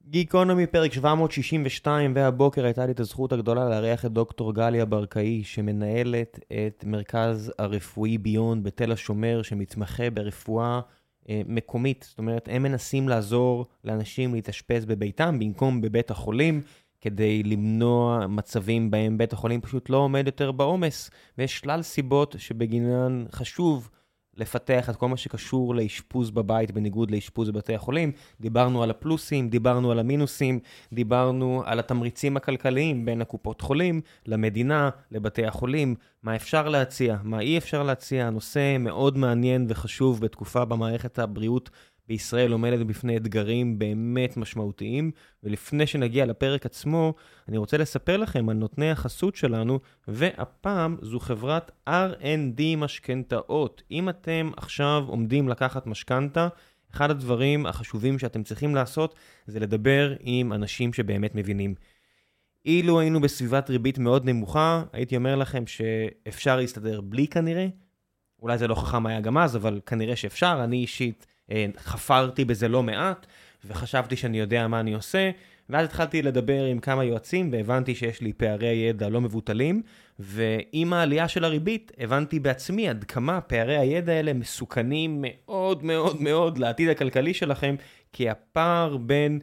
גיקונומי פרק 762, והבוקר הייתה לי את הזכות הגדולה לארח את דוקטור גליה ברקאי, שמנהלת את מרכז הרפואי ביונד בתל השומר, שמתמחה ברפואה מקומית. זאת אומרת, הם מנסים לעזור לאנשים להתאשפז בביתם במקום בבית החולים, כדי למנוע מצבים בהם בית החולים פשוט לא עומד יותר בעומס, ויש שלל סיבות שבגינן חשוב לפתח את כל מה שקשור לאשפוז בבית בניגוד לאשפוז בבתי החולים. דיברנו על הפלוסים, דיברנו על המינוסים, דיברנו על התמריצים הכלכליים בין הקופות חולים, למדינה, לבתי החולים, מה אפשר להציע, מה אי אפשר להציע. הנושא מאוד מעניין וחשוב בתקופה במערכת הבריאות בישראל עומדת בפני אתגרים באמת משמעותיים, ולפני שנגיע לפרק עצמו, אני רוצה לספר לכם על נותני החסות שלנו, והפעם זו חברת R&D משכנתאות. אם אתם עכשיו עומדים לקחת משכנתה, אחד הדברים החשובים שאתם צריכים לעשות, זה לדבר עם אנשים שבאמת מבינים. אילו היינו בסביבת ריבית מאוד נמוכה, הייתי אומר לכם שאפשר להסתדר בלי כנראה, אולי זה לא חכם היה גם אז, אבל כנראה שאפשר. אני אישית חפרתי בזה לא מעט, וחשבתי שאני יודע מה אני עושה, ואז התחלתי לדבר עם כמה יועצים, והבנתי שיש לי פערי ידע לא מבוטלים, ועם העלייה של הריבית, הבנתי בעצמי עד כמה פערי הידע האלה מסוכנים מאוד מאוד מאוד לעתיד הכלכלי שלכם, כי הפער בין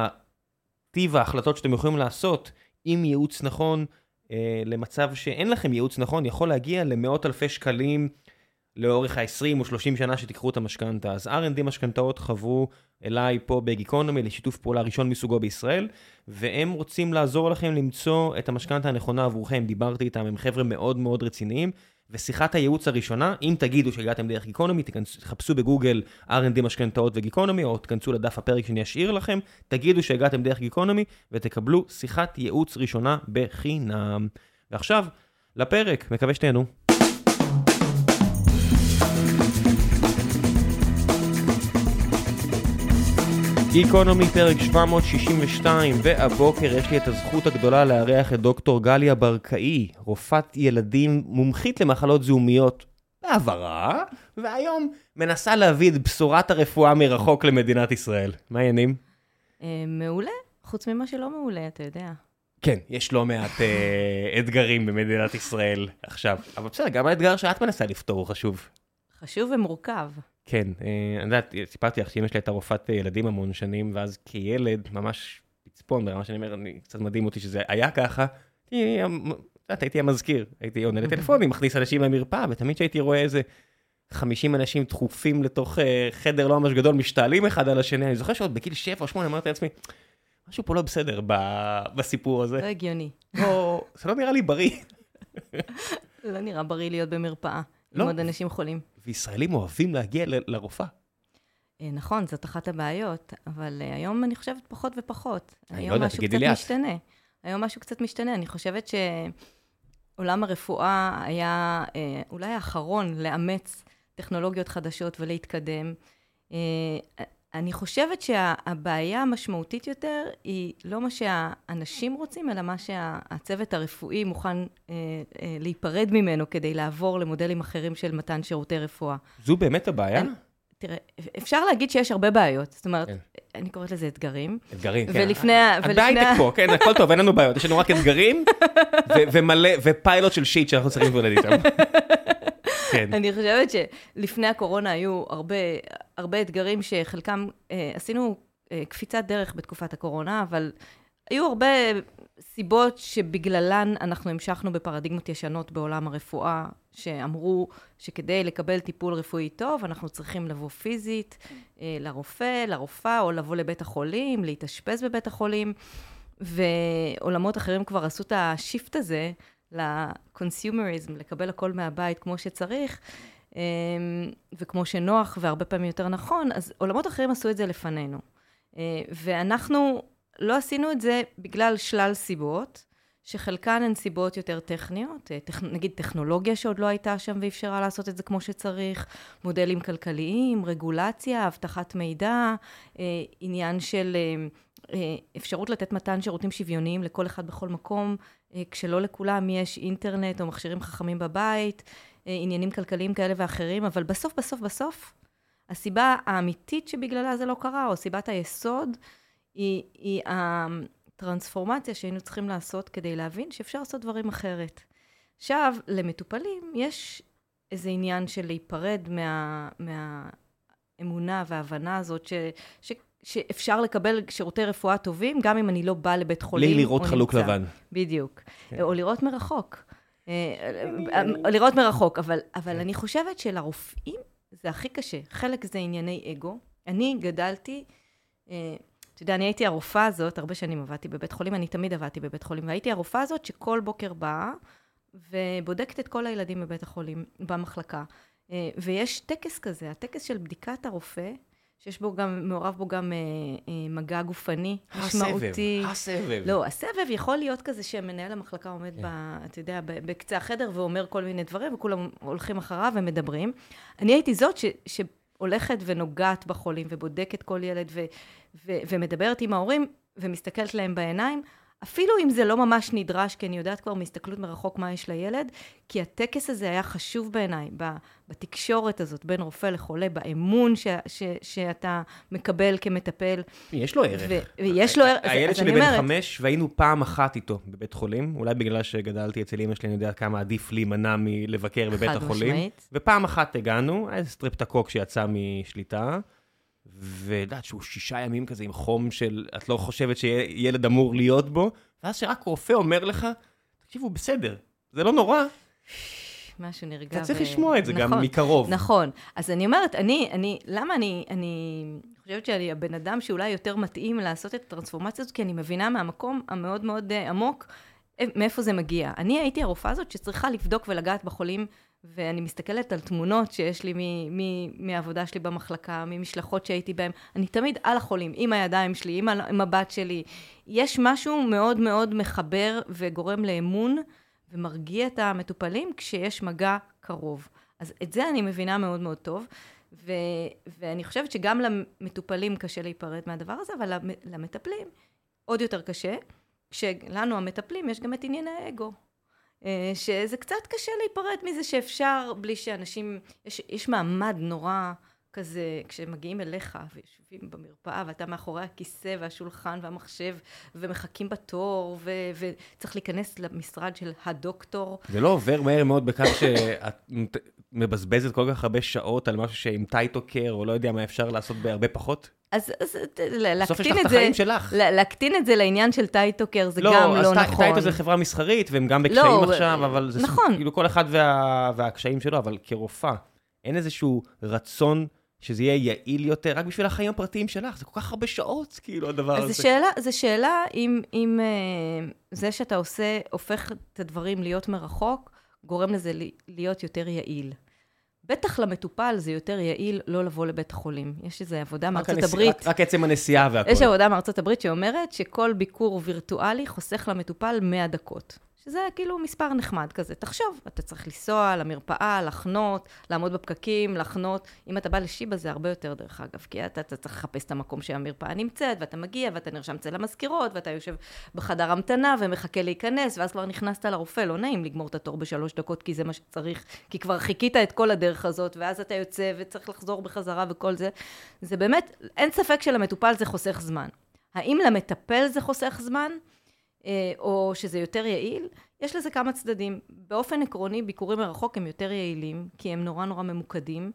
טיב ההחלטות שאתם יכולים לעשות עם ייעוץ נכון, למצב שאין לכם ייעוץ נכון, יכול להגיע למאות אלפי שקלים, לאורך ה-20 או 30 שנה שתיקחו את המשכנתה. אז R&D משכנתאות חברו אליי פה בגיקונומי לשיתוף פעולה ראשון מסוגו בישראל, והם רוצים לעזור לכם למצוא את המשכנתה הנכונה עבורכם. דיברתי איתם, הם חבר'ה מאוד מאוד רציניים, ושיחת הייעוץ הראשונה, אם תגידו שהגעתם דרך גיקונומי, תחפשו בגוגל R&D משכנתאות וגיקונומי, או תכנסו לדף הפרק שאני אשאיר לכם, תגידו שהגעתם דרך גיקונומי, ותקבלו שיחת ייעוץ ראשונה בחינם. ועכשיו, לפרק, מקווה שתהנו. גיקונומי פרק 762, והבוקר יש לי את הזכות הגדולה לארח את דוקטור גליה ברקאי, רופאת ילדים מומחית למחלות זיהומיות בעברה, והיום מנסה להביא את בשורת הרפואה מרחוק למדינת ישראל. מה העניינים? מעולה, חוץ ממה שלא מעולה, אתה יודע. כן, יש לא מעט אתגרים במדינת ישראל עכשיו, אבל בסדר, גם האתגר שאת מנסה לפתור הוא חשוב. חשוב ומורכב. כן, אני יודעת, סיפרתי לך שאמא שלי הייתה רופאת ילדים המון שנים, ואז כילד ממש פצפון, ברמה שאני אומר, קצת מדהים אותי שזה היה ככה, הייתי המזכיר, הייתי עונה לטלפונים, מכניס אנשים למרפאה, ותמיד שהייתי רואה איזה 50 אנשים דחופים לתוך חדר לא ממש גדול, משתעלים אחד על השני, אני זוכר שעוד בגיל 7 או 8 אמרתי לעצמי, משהו פה לא בסדר בסיפור הזה. לא הגיוני. זה לא נראה לי בריא. לא נראה בריא להיות במרפאה, עם עוד אנשים חולים. וישראלים אוהבים להגיע לרופאה. נכון, זאת אחת הבעיות, אבל היום אני חושבת פחות ופחות. אני לא יודע, תגידי לי את. היום משהו קצת משתנה. אני חושבת שעולם הרפואה היה אולי האחרון לאמץ טכנולוגיות חדשות ולהתקדם. אני חושבת שהבעיה המשמעותית יותר היא לא מה שהאנשים רוצים, אלא מה שהצוות הרפואי מוכן להיפרד ממנו כדי לעבור למודלים אחרים של מתן שירותי רפואה. זו באמת הבעיה? תראה, אפשר להגיד שיש הרבה בעיות. זאת אומרת, אני קוראת לזה אתגרים. אתגרים, כן. ולפני... את בהייטק פה, כן, הכל טוב, אין לנו בעיות. יש לנו רק אתגרים ופיילוט של שיט שאנחנו צריכים להתמודד איתם. אני חושבת שלפני הקורונה היו הרבה אתגרים שחלקם עשינו קפיצת דרך בתקופת הקורונה, אבל היו הרבה סיבות שבגללן אנחנו המשכנו בפרדיגמות ישנות בעולם הרפואה, שאמרו שכדי לקבל טיפול רפואי טוב, אנחנו צריכים לבוא פיזית לרופא, לרופאה, או לבוא לבית החולים, להתאשפז בבית החולים, ועולמות אחרים כבר עשו את השיפט הזה, לקונסיומריזם, לקבל הכל מהבית כמו שצריך, וכמו שנוח, והרבה פעמים יותר נכון, אז עולמות אחרים עשו את זה לפנינו. ואנחנו לא עשינו את זה בגלל שלל סיבות, שחלקן הן סיבות יותר טכניות, נגיד טכנולוגיה שעוד לא הייתה שם ואפשרה לעשות את זה כמו שצריך, מודלים כלכליים, רגולציה, הבטחת מידע, עניין של אפשרות לתת מתן שירותים שוויוניים לכל אחד בכל מקום, כשלא לכולם יש אינטרנט או מכשירים חכמים בבית, עניינים כלכליים כאלה ואחרים, אבל בסוף, הסיבה האמיתית שבגללה זה לא קרה, או סיבת היסוד, היא הטרנספורמציה שהיינו צריכים לעשות כדי להבין שאפשר לעשות דברים אחרת. עכשיו, למטופלים יש איזה עניין של להיפרד מהאמונה וההבנה הזאת שאפשר לקבל שירותי רפואה טובים, גם אם אני לא באה לבית חולים. לי לראות חלוק לבן. בדיוק. או לראות מרחוק. לראות מרחוק, אבל אני חושבת שלרופאים זה הכי קשה. חלק זה ענייני אגו. אני גדלתי, אתה יודע, אני הייתי הרופאה הזאת, הרבה שנים עבדתי בבית חולים, אני תמיד עבדתי בבית חולים, והייתי הרופאה הזאת שכל בוקר באה, ובודקת את כל הילדים בבית החולים, במחלקה. ויש טקס כזה, הטקס של בדיקת הרופא, שיש בו גם, מעורב בו גם מגע גופני, משמעותי. הסבב. לא, הסבב יכול להיות כזה שמנהל המחלקה עומד אתה יודע, בקצה החדר ואומר כל מיני דברים, וכולם הולכים אחריו ומדברים. אני הייתי זאת שהולכת ונוגעת בחולים, ובודקת כל ילד, ומדברת עם ההורים, ומסתכלת להם בעיניים, אפילו אם זה לא ממש נדרש, כי אני יודעת כבר מהסתכלות מרחוק מה יש לילד, כי הטקס הזה היה חשוב בעיניי, בתקשורת הזאת, בין רופא לחולה, באמון שאתה מקבל כמטפל. יש לו ערך. ויש לו ערך. הילד שלי בן 5, והיינו פעם אחת איתו בבית חולים, אולי בגלל שגדלתי אצל אמא שלי, אני יודע כמה עדיף להימנע מלבקר בבית החולים. ופעם אחת הגענו, היה סטריפטוקוק שיצא משליטה, ודעת שהוא 6 ימים כזה עם חום של, את לא חושבת שילד אמור להיות בו, ואז שרק רופא אומר לך, תקשיבו, בסדר, זה לא נורא. משהו נרגע. אתה צריך לשמוע את זה גם מקרוב. נכון. אז אני אומרת, למה אני חושבת שאני הבן אדם שאולי יותר מתאים לעשות את הטרנספורמציה הזאת, כי אני מבינה מהמקום המאוד מאוד עמוק, מאיפה זה מגיע. אני הייתי הרופאה הזאת שצריכה לבדוק ולגעת בחולים, ואני מסתכלת על תמונות שיש לי מהעבודה שלי במחלקה, ממשלחות שהייתי בהן. אני תמיד על החולים, עם הידיים שלי, עם הבת שלי. יש משהו מאוד מאוד מחבר וגורם לאמון, ומרגיע את המטופלים כשיש מגע קרוב. אז את זה אני מבינה מאוד מאוד טוב, ואני חושבת שגם למטופלים קשה להיפרד מהדבר הזה, אבל למטפלים עוד יותר קשה. כשלנו המטפלים יש גם את עניין האגו. שזה קצת קשה להיפרד מזה שאפשר, בלי שאנשים, יש מעמד נורא כזה, כשמגיעים אליך ויושבים במרפאה, ואתה מאחורי הכיסא והשולחן והמחשב, ומחכים בתור, וצריך להיכנס למשרד של הדוקטור. זה לא עובר מהר מאוד בכך שאת מבזבזת כל כך הרבה שעות על משהו שעם טייטוקר, או לא יודע מה אפשר לעשות בהרבה פחות? אז להקטין את זה לעניין של טייטוקר, זה גם לא נכון. טייטו זה חברה מסחרית, והם גם בקשיים עכשיו, אבל זה כאילו כל אחד והקשיים שלו, אבל כרופאה, אין איזשהו רצון שזה יהיה יעיל יותר, רק בשביל החיים הפרטיים שלך, זה כל כך הרבה שעות, כאילו, הדבר הזה. אז זו שאלה אם זה שאתה הופך את הדברים להיות מרחוק, גורם לזה להיות יותר יעיל. בטח למטופל זה יותר יעיל לא לבוא לבית החולים. יש איזו עבודה מארצות הברית. רק עצם הנסיעה והכל. יש עבודה מארצות הברית שאומרת שכל ביקור וירטואלי חוסך למטופל 100 דקות. שזה כאילו מספר נחמד כזה. תחשוב, אתה צריך לנסוע למרפאה, לחנות, לעמוד בפקקים, לחנות. אם אתה בא לשיבה זה הרבה יותר דרך אגב, כי אתה צריך לחפש את המקום שהמרפאה נמצאת, ואתה מגיע, ואתה נרשם אצל המזכירות, ואתה יושב בחדר המתנה ומחכה להיכנס, ואז כבר נכנסת לרופא, לא נעים לגמור את התור ב3 דקות, כי זה מה שצריך, כי כבר חיכית את כל הדרך הזאת, ואז אתה יוצא וצריך לחזור בחזרה וכל זה. זה באמת, אין ספק שלמטופל זה חוסך זמן. האם למטפל זה חוסך זמן? או שזה יותר יעיל, יש לזה כמה צדדים. באופן עקרוני, ביקורים מרחוק הם יותר יעילים, כי הם נורא נורא ממוקדים,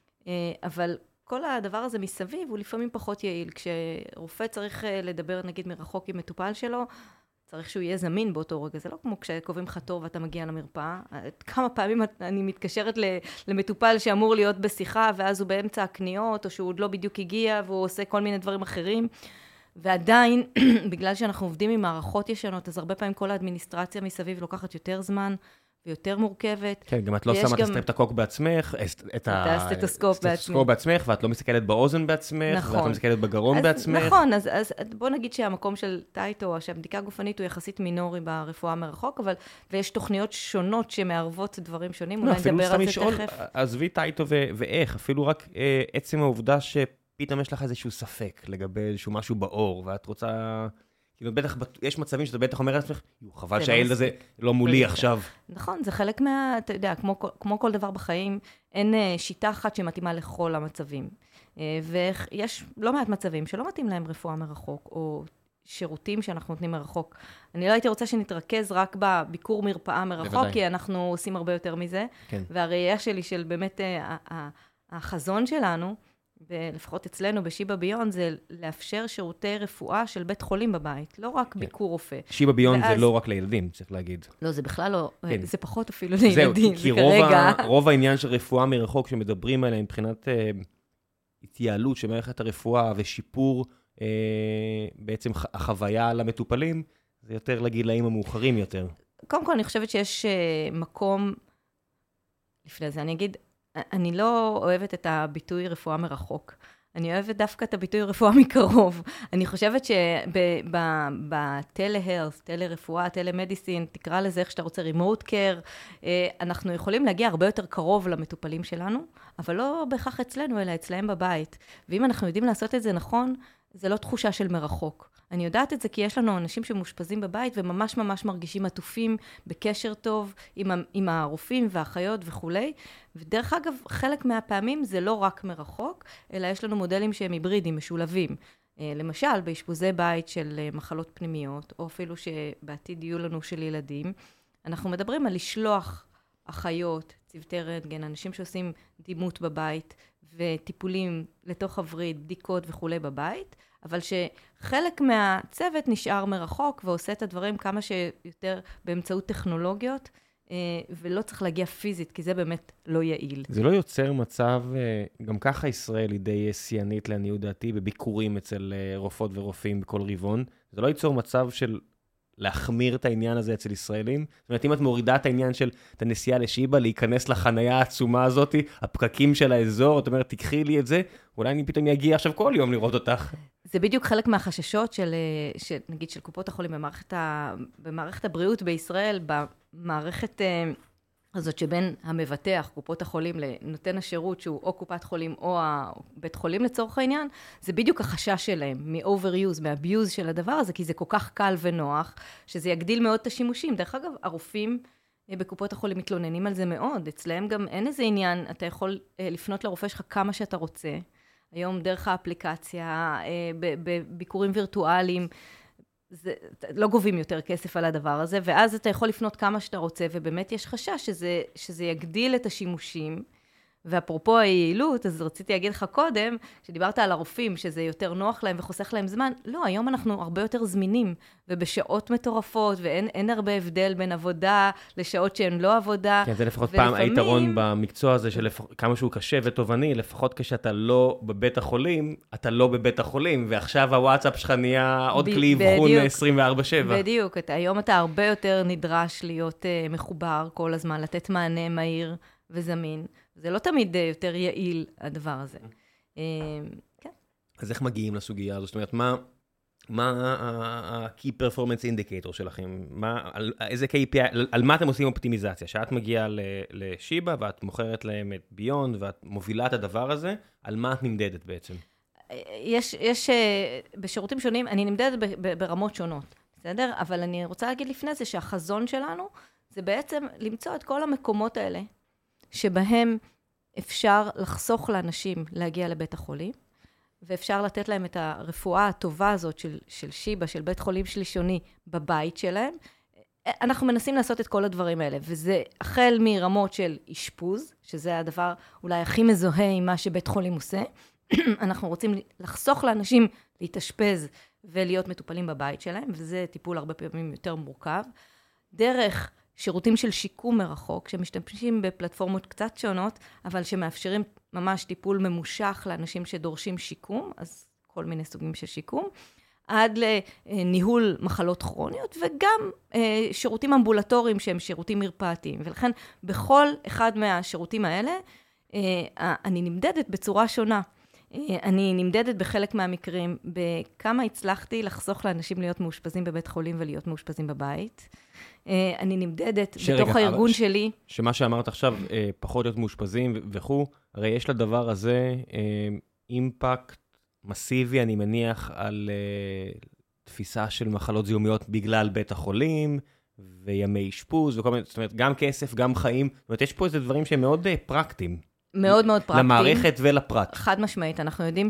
אבל כל הדבר הזה מסביב הוא לפעמים פחות יעיל. כשרופא צריך לדבר נגיד מרחוק עם מטופל שלו, צריך שהוא יהיה זמין באותו רגע. זה לא כמו כשקובעים לך תור ואתה מגיע למרפאה. כמה פעמים אני מתקשרת למטופל שאמור להיות בשיחה, ואז הוא באמצע הקניות, או שהוא עוד לא בדיוק הגיע, והוא עושה כל מיני דברים אחרים. ועדיין, בגלל שאנחנו עובדים עם מערכות ישנות, אז הרבה פעמים כל האדמיניסטרציה מסביב לוקחת יותר זמן ויותר מורכבת. כן, גם את לא שמה את הסטרפטוקוק בעצמך, את הסטטוסקופ בעצמך, ואת לא מסתכלת באוזן בעצמך, ואת לא מסתכלת בגרון בעצמך. נכון, אז בוא נגיד שהמקום של טייטו, או שהבדיקה הגופנית הוא יחסית מינורי ברפואה מרחוק, ויש תוכניות שונות שמערבות דברים שונים, אולי נדבר על זה תכף. עזבי טייטו ואיך, אפילו רק עצם העובדה פתאום יש לך איזשהו ספק לגבי איזשהו משהו באור, ואת רוצה, כאילו בטח, יש מצבים שאתה בטח אומר לעצמך, חבל שהילד הזה לא מולי עכשיו. נכון, זה חלק אתה יודע, כמו כל דבר בחיים, אין שיטה אחת שמתאימה לכל המצבים. ויש לא מעט מצבים שלא מתאים להם רפואה מרחוק, או שירותים שאנחנו נותנים מרחוק. אני לא הייתי רוצה שנתרכז רק בביקור מרפאה מרחוק, בוודאי. כי אנחנו עושים הרבה יותר מזה. כן. והראייה שלי של באמת החזון שלנו, לפחות אצלנו בשיבא ביונד, זה לאפשר שירותי רפואה של בית חולים בבית, לא רק ביקור רופא. שיבא ביונד זה לא רק לילדים, צריך להגיד. לא, זה בכלל לא, זה פחות אפילו לילדים. זהו, כי רוב העניין של רפואה מרחוק שמדברים עליה מבחינת התייעלות של מערכת הרפואה ושיפור בעצם החוויה למטופלים, זה יותר לגילאים המאוחרים יותר. קודם כל, אני חושבת שיש מקום, לפני זה אני אגיד, אני לא אוהבת את הביטוי רפואה מרחוק. אני אוהבת דווקא את הביטוי רפואה מקרוב. אני חושבת שבטלה-הלס, טלה-רפואה, טלה-מדיסין, תקרא לזה איך שאתה רוצה, remote care, אנחנו יכולים להגיע הרבה יותר קרוב למטופלים שלנו, אבל לא בהכרח אצלנו, אלא אצלהם בבית. ואם אנחנו יודעים לעשות את זה נכון, זה לא תחושה של מרחוק. אני יודעת את זה כי יש לנו אנשים שמושפזים בבית וממש ממש מרגישים עטופים בקשר טוב עם הרופאים והאחיות וכו'. ודרך אגב, חלק מהפעמים זה לא רק מרחוק, אלא יש לנו מודלים שהם היברידים, משולבים. למשל, באשפוזי בית של מחלות פנימיות, או אפילו שבעתיד יהיו לנו של ילדים, אנחנו מדברים על לשלוח אחיות, צוותי רנטגן, אנשים שעושים דימות בבית, וטיפולים לתוך הווריד, בדיקות וכו' בבית, אבל שחלק מהצוות נשאר מרחוק ועושה את הדברים כמה שיותר באמצעות טכנולוגיות, ולא צריך להגיע פיזית, כי זה באמת לא יעיל. זה לא יוצר מצב, גם ככה ישראל היא די שיאנית לעניות דעתי, בביקורים אצל רופאות ורופאים בכל רבעון, זה לא ייצור מצב של להחמיר את העניין הזה אצל ישראלים? זאת אומרת, אם את מורידה את העניין של את הנסיעה לשיבא, להיכנס לחנייה העצומה הזאת, הפקקים של האזור, את אומרת, תקחי לי את זה, אולי אני פתאום אגיע עכשיו כל יום לראות אותך. זה בדיוק חלק מהחששות נגיד, של קופות החולים במערכת הבריאות בישראל, במערכת הזאת שבין המבטח, קופות החולים, לנותן השירות, שהוא או קופת חולים או בית חולים לצורך העניין, זה בדיוק החשש שלהם, מ-overuse, מ-abuse של הדבר הזה, כי זה כל כך קל ונוח, שזה יגדיל מאוד את השימושים. דרך אגב, הרופאים בקופות החולים מתלוננים על זה מאוד. אצלהם גם אין איזה עניין, אתה יכול לפנות לרופא שלך כמה שאתה רוצה. היום דרך האפליקציה, בביקורים וירטואליים, לא גובים יותר כסף על הדבר הזה, ואז אתה יכול לפנות כמה שאתה רוצה, ובאמת יש חשש שזה יגדיל את השימושים, ואפרופו היעילות, אז רציתי להגיד לך קודם, שדיברת על הרופאים, שזה יותר נוח להם וחוסך להם זמן, לא, היום אנחנו הרבה יותר זמינים, ובשעות מטורפות, ואין הרבה הבדל בין עבודה לשעות שהן לא עבודה. כן, זה לפחות פעם היתרון במקצוע הזה, כמה שהוא קשה וטובעני, לפחות כשאתה לא בבית החולים, אתה לא בבית החולים, ועכשיו הוואטסאפ שלך נהיה עוד כלי אבחון 24/7. בדיוק, היום אתה הרבה יותר נדרש להיות מחובר כל הזמן, לתת מענה מהיר וזמין. זה לא תמיד יותר יעיל, הדבר הזה. כן. אז איך מגיעים לסוגיה הזו? זאת אומרת, מה ה-Key Performance Indicator שלכם? איזה KPI, על מה אתם עושים אופטימיזציה? שאת מגיעה לשיבא, ואת מוכרת להם את ביונד, ואת מובילה את הדבר הזה, על מה את נמדדת בעצם? יש בשירותים שונים, אני נמדדת ברמות שונות, בסדר? אבל אני רוצה להגיד לפני זה, שהחזון שלנו, זה בעצם למצוא את כל המקומות האלה, שבהם אפשר לחסוך לאנשים להגיע לבית החולים, ואפשר לתת להם את הרפואה הטובה הזאת של שיבא, של בית חולים שלישוני בבית שלהם. אנחנו מנסים לעשות את כל הדברים האלה, וזה החל מרמות של אשפוז, שזה הדבר אולי הכי מזוהה עם מה שבית חולים עושה. אנחנו רוצים לחסוך לאנשים להתאשפז ולהיות מטופלים בבית שלהם, וזה טיפול הרבה פעמים יותר מורכב. דרך שירותים של שיקום מרחוק, שמשתמשים בפלטפורמות קצת שונות, אבל שמאפשרים ממש טיפול ממושך לאנשים שדורשים שיקום, אז כל מיני סוגים של שיקום, עד לניהול מחלות כרוניות, וגם שירותים אמבולטוריים שהם שירותים מרפאתיים. ולכן בכל אחד מהשירותים האלה, אני נמדדת בצורה שונה. אני נמדדת בחלק מהמקרים, בכמה הצלחתי לחסוך לאנשים להיות מאושפזים בבית חולים ולהיות מאושפזים בבית. אני נמדדת בתוך הארגון שלי. שמה שאמרת עכשיו, פחות להיות מאושפזים וכו', הרי יש לדבר הזה אימפקט מסיבי, אני מניח, על תפיסה של מחלות זיהומיות בגלל בית החולים, וימי אשפוז, וכל מיני, זאת אומרת, גם כסף, גם חיים. זאת אומרת, יש פה איזה דברים שהם מאוד פרקטיים. מאוד מאוד פרקטיים. למערכת ולפרט. חד משמעית, אנחנו יודעים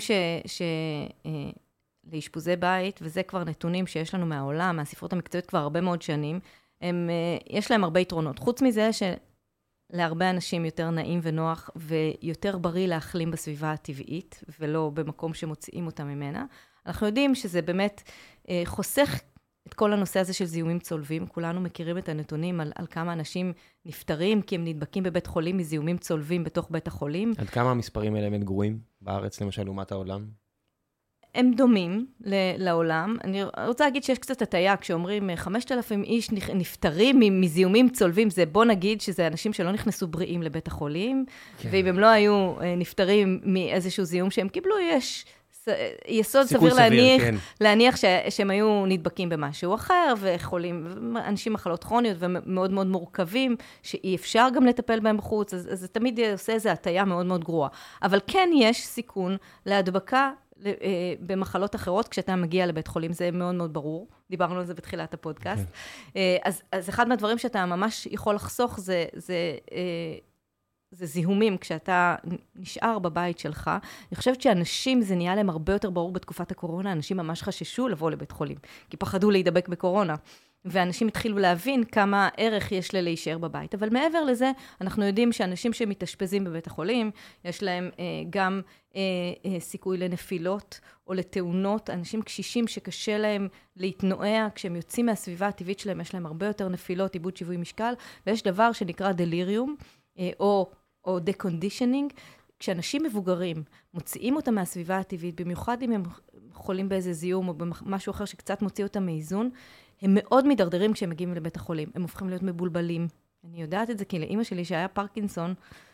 לאשפוזי בית, וזה כבר נתונים שיש לנו מהעולם, מהספרות המקצועית כבר הרבה מאוד שנים, יש להם הרבה יתרונות. חוץ מזה שלהרבה אנשים יותר נעים ונוח, ויותר בריא להחלים בסביבה הטבעית, ולא במקום שמוציאים אותה ממנה. אנחנו יודעים שזה באמת חוסך את כל הנושא הזה של זיהומים צולבים. כולנו מכירים את הנתונים על כמה אנשים נפטרים, כי הם נדבקים בבית חולים מזיהומים צולבים בתוך בית החולים. עד כמה המספרים האלה הם גרועים בארץ, למשל, לעומת העולם? הם דומים לעולם. אני רוצה להגיד שיש קצת הטעיה, כשאומרים 5,000 איש נפטרים מזיהומים צולבים, זה בוא נגיד שזה אנשים שלא נכנסו בריאים לבית החולים, כן. ואם הם לא היו נפטרים מאיזשהו זיהום שהם קיבלו, יש יסוד סביר להניח שהם היו נדבקים במשהו אחר, וחולים, אנשים מחלות כרוניות ומאוד מאוד מורכבים, שאי אפשר גם לטפל בהם בחוץ, אז זה תמיד עושה איזו הטעיה מאוד מאוד גרועה. אבל כן יש סיכון להדבקה במחלות אחרות, כשאתה מגיע לבית חולים, זה מאוד מאוד ברור. דיברנו על זה בתחילת הפודקאסט. אז אחד מהדברים שאתה ממש יכול לחסוך, זה זיהומים, כשאתה נשאר בבית שלך. אני חושבת שאנשים, זה נהיה להם הרבה יותר ברור בתקופת הקורונה, אנשים ממש חששו לבוא לבית חולים, כי פחדו להידבק בקורונה. ואנשים התחילו להבין כמה ערך יש להישאר בבית. אבל מעבר לזה, אנחנו יודעים שאנשים שמתאשפזים בבית החולים, יש להם גם סיכוי לנפילות או לתאונות. אנשים קשישים שקשה להם להתנועע, כשהם יוצאים מהסביבה הטבעית שלהם, יש להם הרבה יותר נפילות, עיבוד שיווי משקל, ויש דבר שנקרא דליריום, או deconditioning, כשאנשים מבוגרים מוציאים אותם מהסביבה הטבעית, במיוחד אם הם חולים באיזה זיהום או במשהו אחר שקצת מוציא אותם מאיזון, הם מאוד מדרדרים כשהם מגיעים לבית החולים. הם הופכים להיות מבולבלים. אני יודעת את זה כי לאמא שלי שהיה פרקינסון,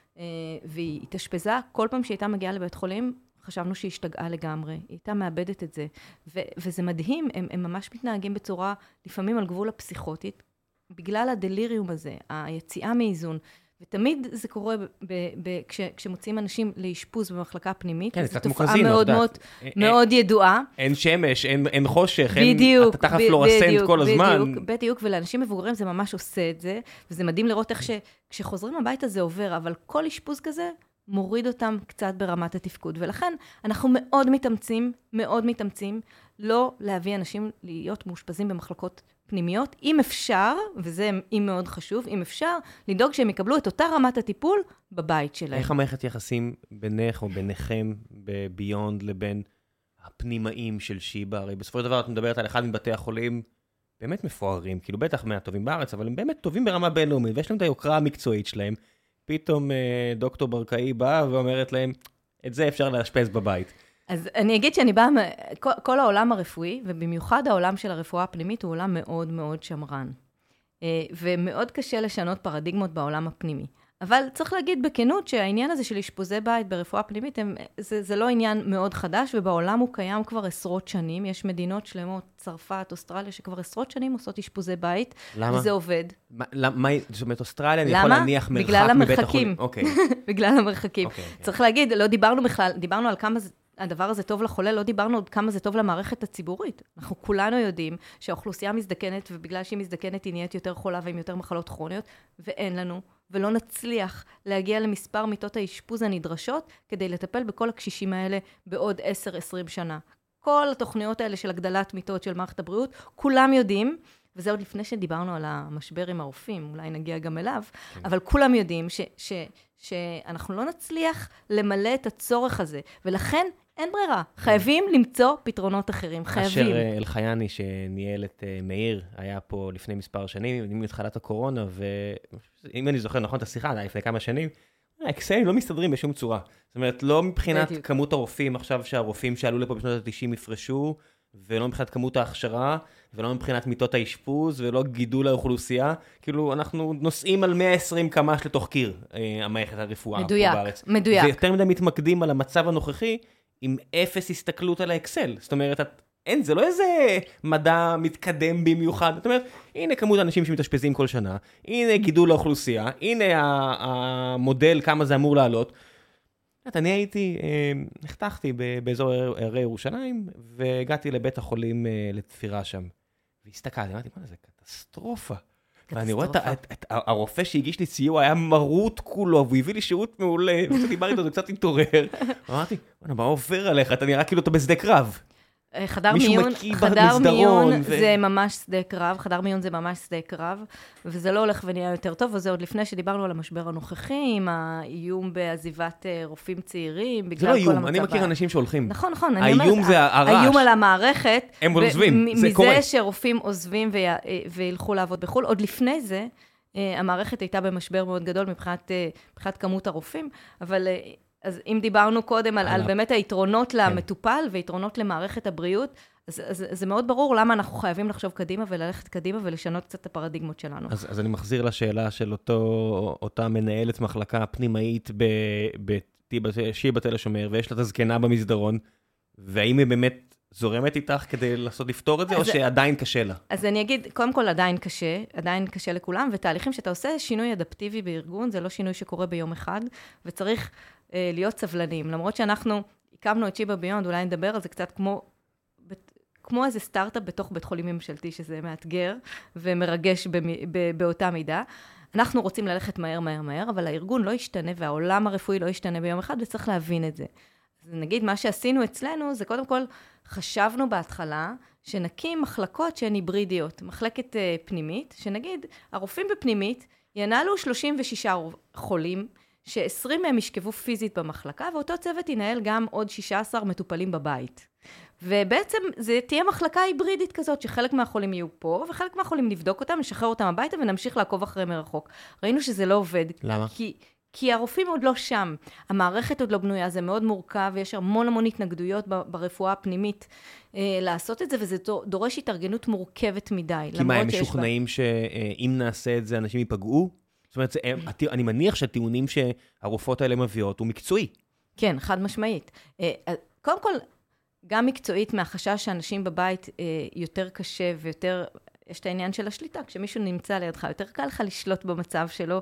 והיא התאשפזה, כל פעם שהיא הייתה מגיעה לבית חולים, חשבנו שהיא השתגעה לגמרי. היא הייתה מאבדת את זה. וזה מדהים, הם ממש מתנהגים בצורה, לפעמים על גבול הפסיכוטית, בגלל הדליריום הזה, היציאה מאיזון. ותמיד זה קורה כשמוצאים אנשים לאשפוז במחלקה פנימית. כן, זו תופעה מאוד מאוד ידועה. אין שמש, אין חושך, אתה תחת פלורסנט כל הזמן. בדיוק, ולאנשים מבוגרים זה ממש עושה את זה, וזה מדהים לראות איך כשחוזרים הביתה זה עובר, אבל כל אשפוז כזה מוריד אותם קצת ברמת התפקוד, ולכן אנחנו מאוד מתאמצים לא להביא אנשים להיות מאושפזים במחלקות פנימיות, אם אפשר, וזה אם מאוד חשוב, אם אפשר, לדאוג שהם יקבלו את אותה רמת הטיפול בבית שלהם. איך המערכת יחסים בינך או ביניכם בביונד לבין הפנימאים של שיבא? הרי בסופו של דבר את מדברת על אחד מבתי החולים באמת מפוארים, כאילו בטח מהטובים בארץ, אבל הם באמת טובים ברמה בינלאומית, ויש להם את היוקרה המקצועית שלהם. פתאום דוקטור ברקאי באה ואומרת להם, את זה אפשר לאשפז בבית. אז אני אגיד שאני באה, כל העולם הרפואי, ובמיוחד העולם של הרפואה הפנימית, הוא עולם מאוד מאוד שמרן. ומאוד קשה לשנות פרדיגמות בעולם הפנימי. אבל צריך להגיד בכנות שהעניין הזה של אשפוזי בית ברפואה פנימית, זה לא עניין מאוד חדש, ובעולם הוא קיים כבר עשרות שנים. יש מדינות שלמות, צרפת, אוסטרליה, שכבר עשרות שנים עושות אשפוזי בית. למה? וזה עובד. למה? זאת אומרת, אוסטרליה, אני יכול להניח מרחק בגלל מבית החולים. אוקיי. בגלל המרחקים. צריך להגיד, לא דיברנו בכלל, דיברנו על כמה הדבר הזה טוב לחולה, לא דיברנו עוד כמה זה טוב למערכת הציבורית. אנחנו כולנו יודעים שהאוכלוסייה מזדקנת, ובגלל שהיא מזדקנת היא נהיית יותר חולה ועם יותר מחלות כרוניות, ואין לנו, ולא נצליח להגיע למספר מיטות האשפוז הנדרשות, כדי לטפל בכל הקשישים האלה בעוד 10-20 שנה. כל התוכניות האלה של הגדלת מיטות של מערכת הבריאות, כולם יודעים, וזה עוד לפני שדיברנו על המשבר עם הרופאים, אולי נגיע גם אליו, אבל כולם יודעים שאנחנו לא נצליח למלא את הצורך הזה, ולכן אין ברירה. חייבים למצוא פתרונות אחרים. חייבים. אשר אלחייני שניהל את מאיר, היה פה לפני מספר שנים, מתחילת הקורונה, ואם אני זוכר נכון את השיחה, לפני כמה שנים, האקסלים לא מסתדרים בשום צורה. זאת אומרת, לא מבחינת כמות הרופאים, עכשיו שהרופאים שעלו לפה בשנות ה-90 יפרשו, ולא מבחינת כמות ההכשרה, ולא מבחינת מיטות האשפוז, ולא גידול האוכלוסייה. כאילו, אנחנו נוסעים על 120 קמ"ש לתוך קיר, המערכת הרפואה פה בארץ. מדויק. ויותר מדי מתמקדים על המצב הנוכחי, עם אפס הסתכלות על האקסל. זאת אומרת, זה לא איזה מדע מתקדם במיוחד. זאת אומרת, הנה כמות האנשים שמתאשפזים כל שנה, הנה גידול האוכלוסייה, הנה המודל כמה זה אמור לעלות. אני נחתכתי באזור הרי ירושלים, והגעתי לבית החולים לתפירה שם. והסתכלתי, אמרתי, מה זה קטסטרופה. ואני רואה את הרופא שהגיש לי סיוע, היה מרוט כולו, והוא הביא לי שירות מעולה, וקצת דיבר איתו, זה קצת התעורר. אמרתי, מה עובר עליך? אתה נראה כאילו אתה בשדה קרב. חדר מיון זה ממש שדה קרב, חדר מיון זה ממש שדה קרב, וזה לא הולך ונהיה יותר טוב, וזה עוד לפני שדיברנו על המשבר הנוכחי, עם האיום בעזיבת רופאים צעירים, זה לא איום, אני מכיר אנשים שהולכים. נכון, האיום זה הרעש. האיום על המערכת, הם עוזבים, זה קורה. מזה שרופאים עוזבים וילכו לעבוד בחו"ל, עוד לפני זה, המערכת הייתה במשבר מאוד גדול מבחינת כמות הרופאים, אבל אז אם דיברנו קודם על באמת היתרונות למטופל ויתרונות למערכת הבריאות, אז זה מאוד ברור למה אנחנו חייבים לחשוב קדימה וללכת קדימה ולשנות קצת את הפרדיגמות שלנו. אז אני מחזיר לשאלה של אותה מנהלת מחלקה פנימאית שיבא תל השומר, ויש לה את הזקנה במסדרון, והאם היא באמת זורמת איתך כדי לפתור את זה, או שעדיין קשה לה? אז אני אגיד, קודם כל עדיין קשה לכולם, ותהליכים שאתה עושה שינוי אדפטיבי בארגון, זה לא שינוי שקורה ביום אחד, וצריך להיות סבלניים. למרות שאנחנו הקמנו את שיבא ביונד, אולי נדבר על זה קצת כמו איזה סטארט-אפ בתוך בית חולים ממשלתי, שזה מאתגר ומרגש באותה מידה. אנחנו רוצים ללכת מהר, אבל הארגון לא ישתנה, והעולם הרפואי לא ישתנה ביום אחד, וצריך להבין את זה. אז נגיד, מה שעשינו אצלנו, זה קודם כל, חשבנו בהתחלה, שנקים מחלקות שהן היברידיות, מחלקת פנימית, שנגיד, הרופאים בפנימית ינהלו 36 חולים, ש20 מהם ישכבו פיזית במחלקה, ואותו צוות ינהל גם עוד 16 מטופלים בבית. ובעצם זה תהיה מחלקה היברידית כזאת, שחלק מהחולים יהיו פה, וחלק מהחולים נבדוק אותם, נשחרר אותם הביתה, ונמשיך לעקוב אחרי מרחוק. ראינו שזה לא עובד. למה? כי הרופאים עוד לא שם. המערכת עוד לא בנויה, זה מאוד מורכב, ויש המון התנגדויות ברפואה הפנימית לעשות את זה, וזה דורש התארגנות מורכבת מדי. כי מה, הם משוכנעים שאם נעשה את זה, אנשים ייפגעו? זאת אומרת, אני מניח שהטיעונים שהרופאות האלה מביאות הוא מקצועי. כן, חד משמעית. קודם כל, גם מקצועית מהחשש שאנשים בבית יותר קשה ויותר, יש את העניין של השליטה, כשמישהו נמצא לידך, יותר קל לך לשלוט במצב שלו,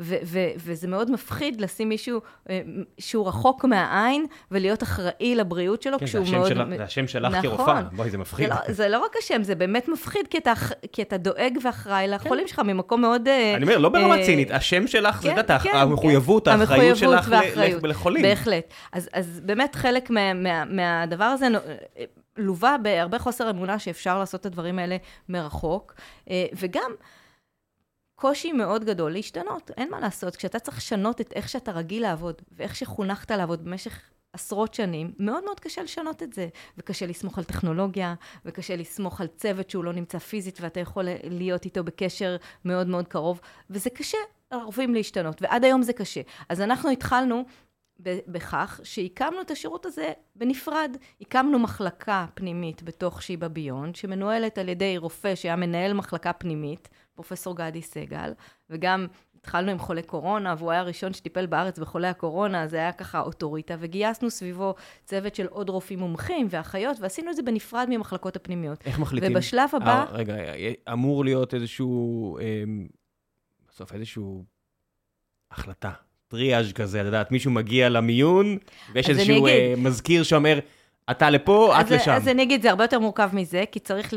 וזה מאוד מפחיד לשים מישהו שהוא רחוק מהעין, ולהיות אחראי לבריאות שלו, כשהוא מאוד... זה השם שלך כרופאה, בואי, זה מפחיד. זה לא רק השם, זה באמת מפחיד, כי אתה דואג ואחראי לחולים שלך, ממקום מאוד... אני אומר, לא ברמה צינית, השם שלך, זה יודעת, המחויבות, האחריות שלך לחולים. בהחלט. אז באמת חלק מהדבר הזה... לובה בהרבה חוסר אמונה שאפשר לעשות את הדברים האלה מרחוק, וגם קושי מאוד גדול להשתנות, אין מה לעשות, כשאתה צריך לשנות את איך שאתה רגיל לעבוד, ואיך שחונכת לעבוד במשך עשרות שנים, מאוד מאוד קשה לשנות את זה, וקשה לסמוך על טכנולוגיה, וקשה לסמוך על צוות שהוא לא נמצא פיזית, ואתה יכול להיות איתו בקשר מאוד מאוד קרוב, וזה קשה, הרופאים להשתנות, ועד היום זה קשה. אז אנחנו התחלנו בכך שהקמנו את השירות הזה בנפרד. הקמנו מחלקה פנימית בתוך שיבא ביונד, שמנוהלת על ידי רופא שהיה מנהל מחלקה פנימית, פרופסור גדי סגל, וגם התחלנו עם חולי קורונה, והוא היה הראשון שטיפל בארץ בחולי הקורונה, זה היה ככה אוטוריטה, וגייסנו סביבו צוות של עוד רופאים מומחים ואחיות, ועשינו את זה בנפרד ממחלקות הפנימיות. איך מחליטים? ובשלב הבא... רגע, אמור להיות איזשהו... בסוף איזשהו החלטה. טריאז' כזה, את יודעת, מישהו מגיע למיון, ויש איזשהו מזכיר שאומר, אתה לפה, את לשם. אז אני אגיד, זה הרבה יותר מורכב מזה, כי צריך,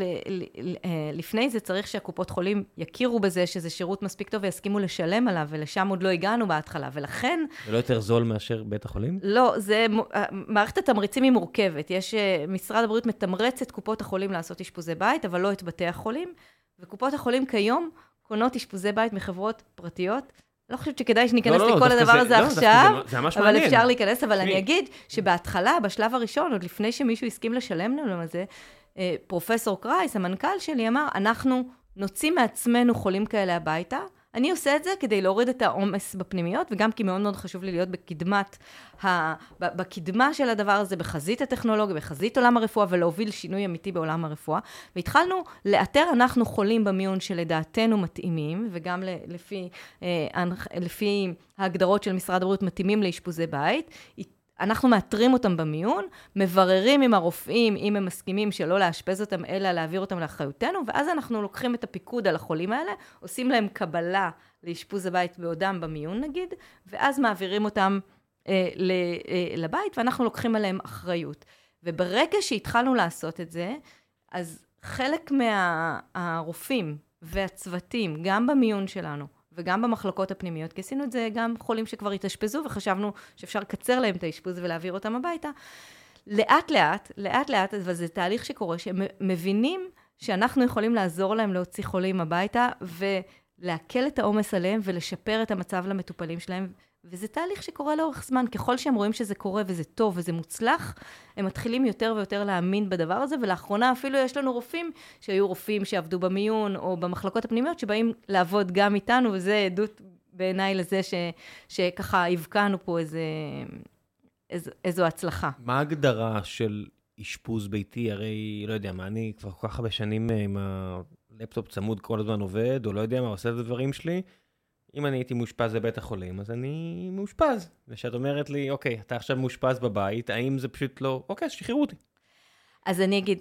לפני זה צריך שהקופות חולים יכירו בזה, שזה שירות מספיק טוב, ויסכימו לשלם עליו, ולשם עוד לא הגענו בהתחלה, ולכן... זה לא יותר זול מאשר בית החולים? לא, מערכת התמריצים היא מורכבת. משרד הבריאות מתמרץ את קופות החולים לעשות אשפוזי בית, אבל לא את בתי החולים, וקופות החולים כיום קונות אשפוזי בית מחברות פרטיות, לא חושבת שכדאי שניכנס לכל הדבר הזה עכשיו, אבל אפשר להיכנס, אבל אני אגיד שבהתחלה, בשלב הראשון, עוד לפני שמישהו הסכים לשלם לנו על זה, פרופסור קרייס, המנכ"ל שלי, אמר, אנחנו נוציא מעצמנו חולים כאלה הביתה, אני עושה את זה כדי להוריד את העומס בפנימיות, וגם כי מאוד מאוד חשוב לי להיות בקדמה של הדבר הזה, בחזית הטכנולוגיה, בחזית עולם הרפואה, ולהוביל שינוי אמיתי בעולם הרפואה. והתחלנו לאתר אנחנו חולים במיון שלדעתנו מתאימים, וגם לפי ההגדרות של משרד הבריאות מתאימים לאשפוזי בית, אנחנו מאתרים אותם במיון, מבררים עם הרופאים, אם הם מסכימים שלא לאשפז אותם, אלא להעביר אותם לאחריותנו, ואז אנחנו לוקחים את הפיקוד על החולים האלה, עושים להם קבלה לאשפוז הבית בעודם במיון נגיד, ואז מעבירים אותם לבית, ואנחנו לוקחים עליהם אחריות. וברגע שהתחלנו לעשות את זה, אז חלק מהרופאים והצוותים, גם במיון שלנו, וגם במחלקות הפנימיות, כי עשינו את זה גם חולים שכבר התאשפזו, וחשבנו שאפשר לקצר להם את האשפוז ולהעביר אותם הביתה. לאט לאט, אבל זה תהליך שקורה, שהם מבינים שאנחנו יכולים לעזור להם להוציא חולים הביתה, ולהקל את העומס עליהם, ולשפר את המצב למטופלים שלהם, וזה תהליך שקורה לאורך זמן. ככל שהם רואים שזה קורה וזה טוב וזה מוצלח, הם מתחילים יותר ויותר להאמין בדבר הזה, ולאחרונה אפילו יש לנו רופאים, שהיו רופאים שעבדו במיון או במחלקות הפנימיות, שבאים לעבוד גם איתנו, וזה עדות בעיניי לזה שככה הבקענו פה איזו הצלחה. מה ההגדרה של אשפוז ביתי? הרי לא יודע מה, אני כבר כל כך הרבה שנים עם הלפטופ צמוד כל הזמן עובד, או לא יודע מה, עושה את הדברים שלי. אם אני הייתי מאושפז בבית החולים, אז אני מאושפז. ושאת אומרת לי, אוקיי, אתה עכשיו מאושפז בבית, האם זה פשוט לא, אוקיי, אז שחררו אותי. אז אני אגיד,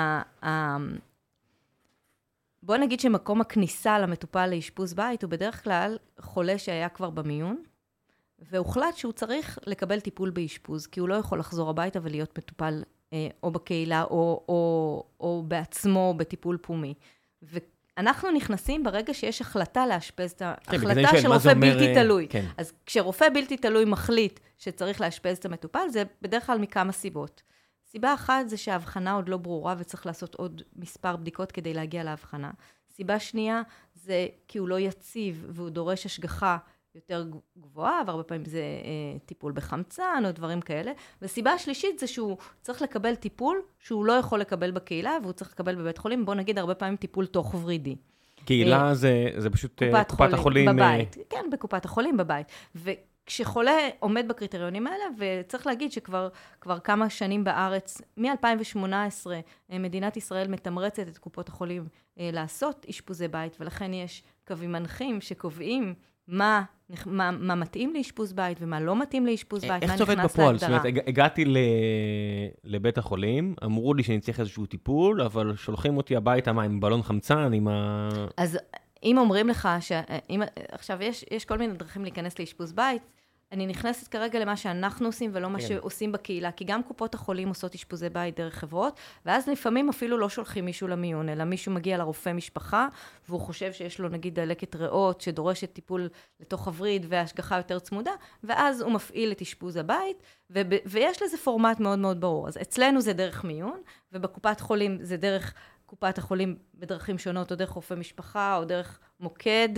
בוא נגיד שמקום הכניסה למטופל לאשפוז בית, הוא בדרך כלל חולה שהיה כבר במיון, והוחלט שהוא צריך לקבל טיפול באשפוז, כי הוא לא יכול לחזור הביתה ולהיות מטופל או בקהילה, או בעצמו בטיפול פומי. אנחנו נכנסים ברגע שיש החלטה לאשפז את ההחלטה של רופא בלתי תלוי. אז כשרופא בלתי תלוי מחליט שצריך לאשפז את המטופל, זה בדרך כלל מכמה סיבות. סיבה אחת זה שההבחנה עוד לא ברורה, וצריך לעשות עוד מספר בדיקות כדי להגיע להבחנה. סיבה שנייה זה כי הוא לא יציב, והוא דורש השגחה יותר גבוהה, והרבה פעמים זה טיפול בחמצן או דברים כאלה. וסיבה השלישית זה שהוא צריך לקבל טיפול שהוא לא יכול לקבל בקהילה, והוא צריך לקבל בבית חולים, בוא נגיד הרבה פעמים טיפול תוך ורידי. קהילה זה פשוט קופת החולים בבית. כן, בקופת החולים בבית. וכשחולה עומד בקריטריונים האלה, וצריך להגיד שכבר כמה שנים בארץ, מ-2018, מדינת ישראל מתמרצת את קופות החולים לעשות אשפוזי בית, ולכן יש קווים מנחים שקובעים מה מתאים לאשפוז בית ומה לא מתאים לאשפוז בית, מה נכנס להגדרה. איך זה עובד בפועל? זאת אומרת, הגעתי לבית החולים, אמרו לי שאני צריך איזשהו טיפול, אבל שולחים אותי הביתה, מה, עם בלון חמצן, עם ה... אז אם אומרים לך, עכשיו יש כל מיני דרכים להיכנס לאשפוז בית, אני נכנסת כרגע למה שאנחנו עושים ולא מה שעושים בקהילה, כי גם קופות החולים עושות אשפוזי בית דרך חברות, ואז לפעמים אפילו לא שולחים מישהו למיון, אלא מישהו מגיע לרופא משפחה, והוא חושב שיש לו נגיד דלקת ריאות, שדורשת טיפול לתוך הווריד והשגחה יותר צמודה, ואז הוא מפעיל את אשפוז הבית, ויש לזה פורמט מאוד מאוד ברור. אז אצלנו זה דרך מיון, ובקופת חולים זה דרך קופת החולים בדרכים שונות, או דרך רופא משפחה, או דרך מוקד,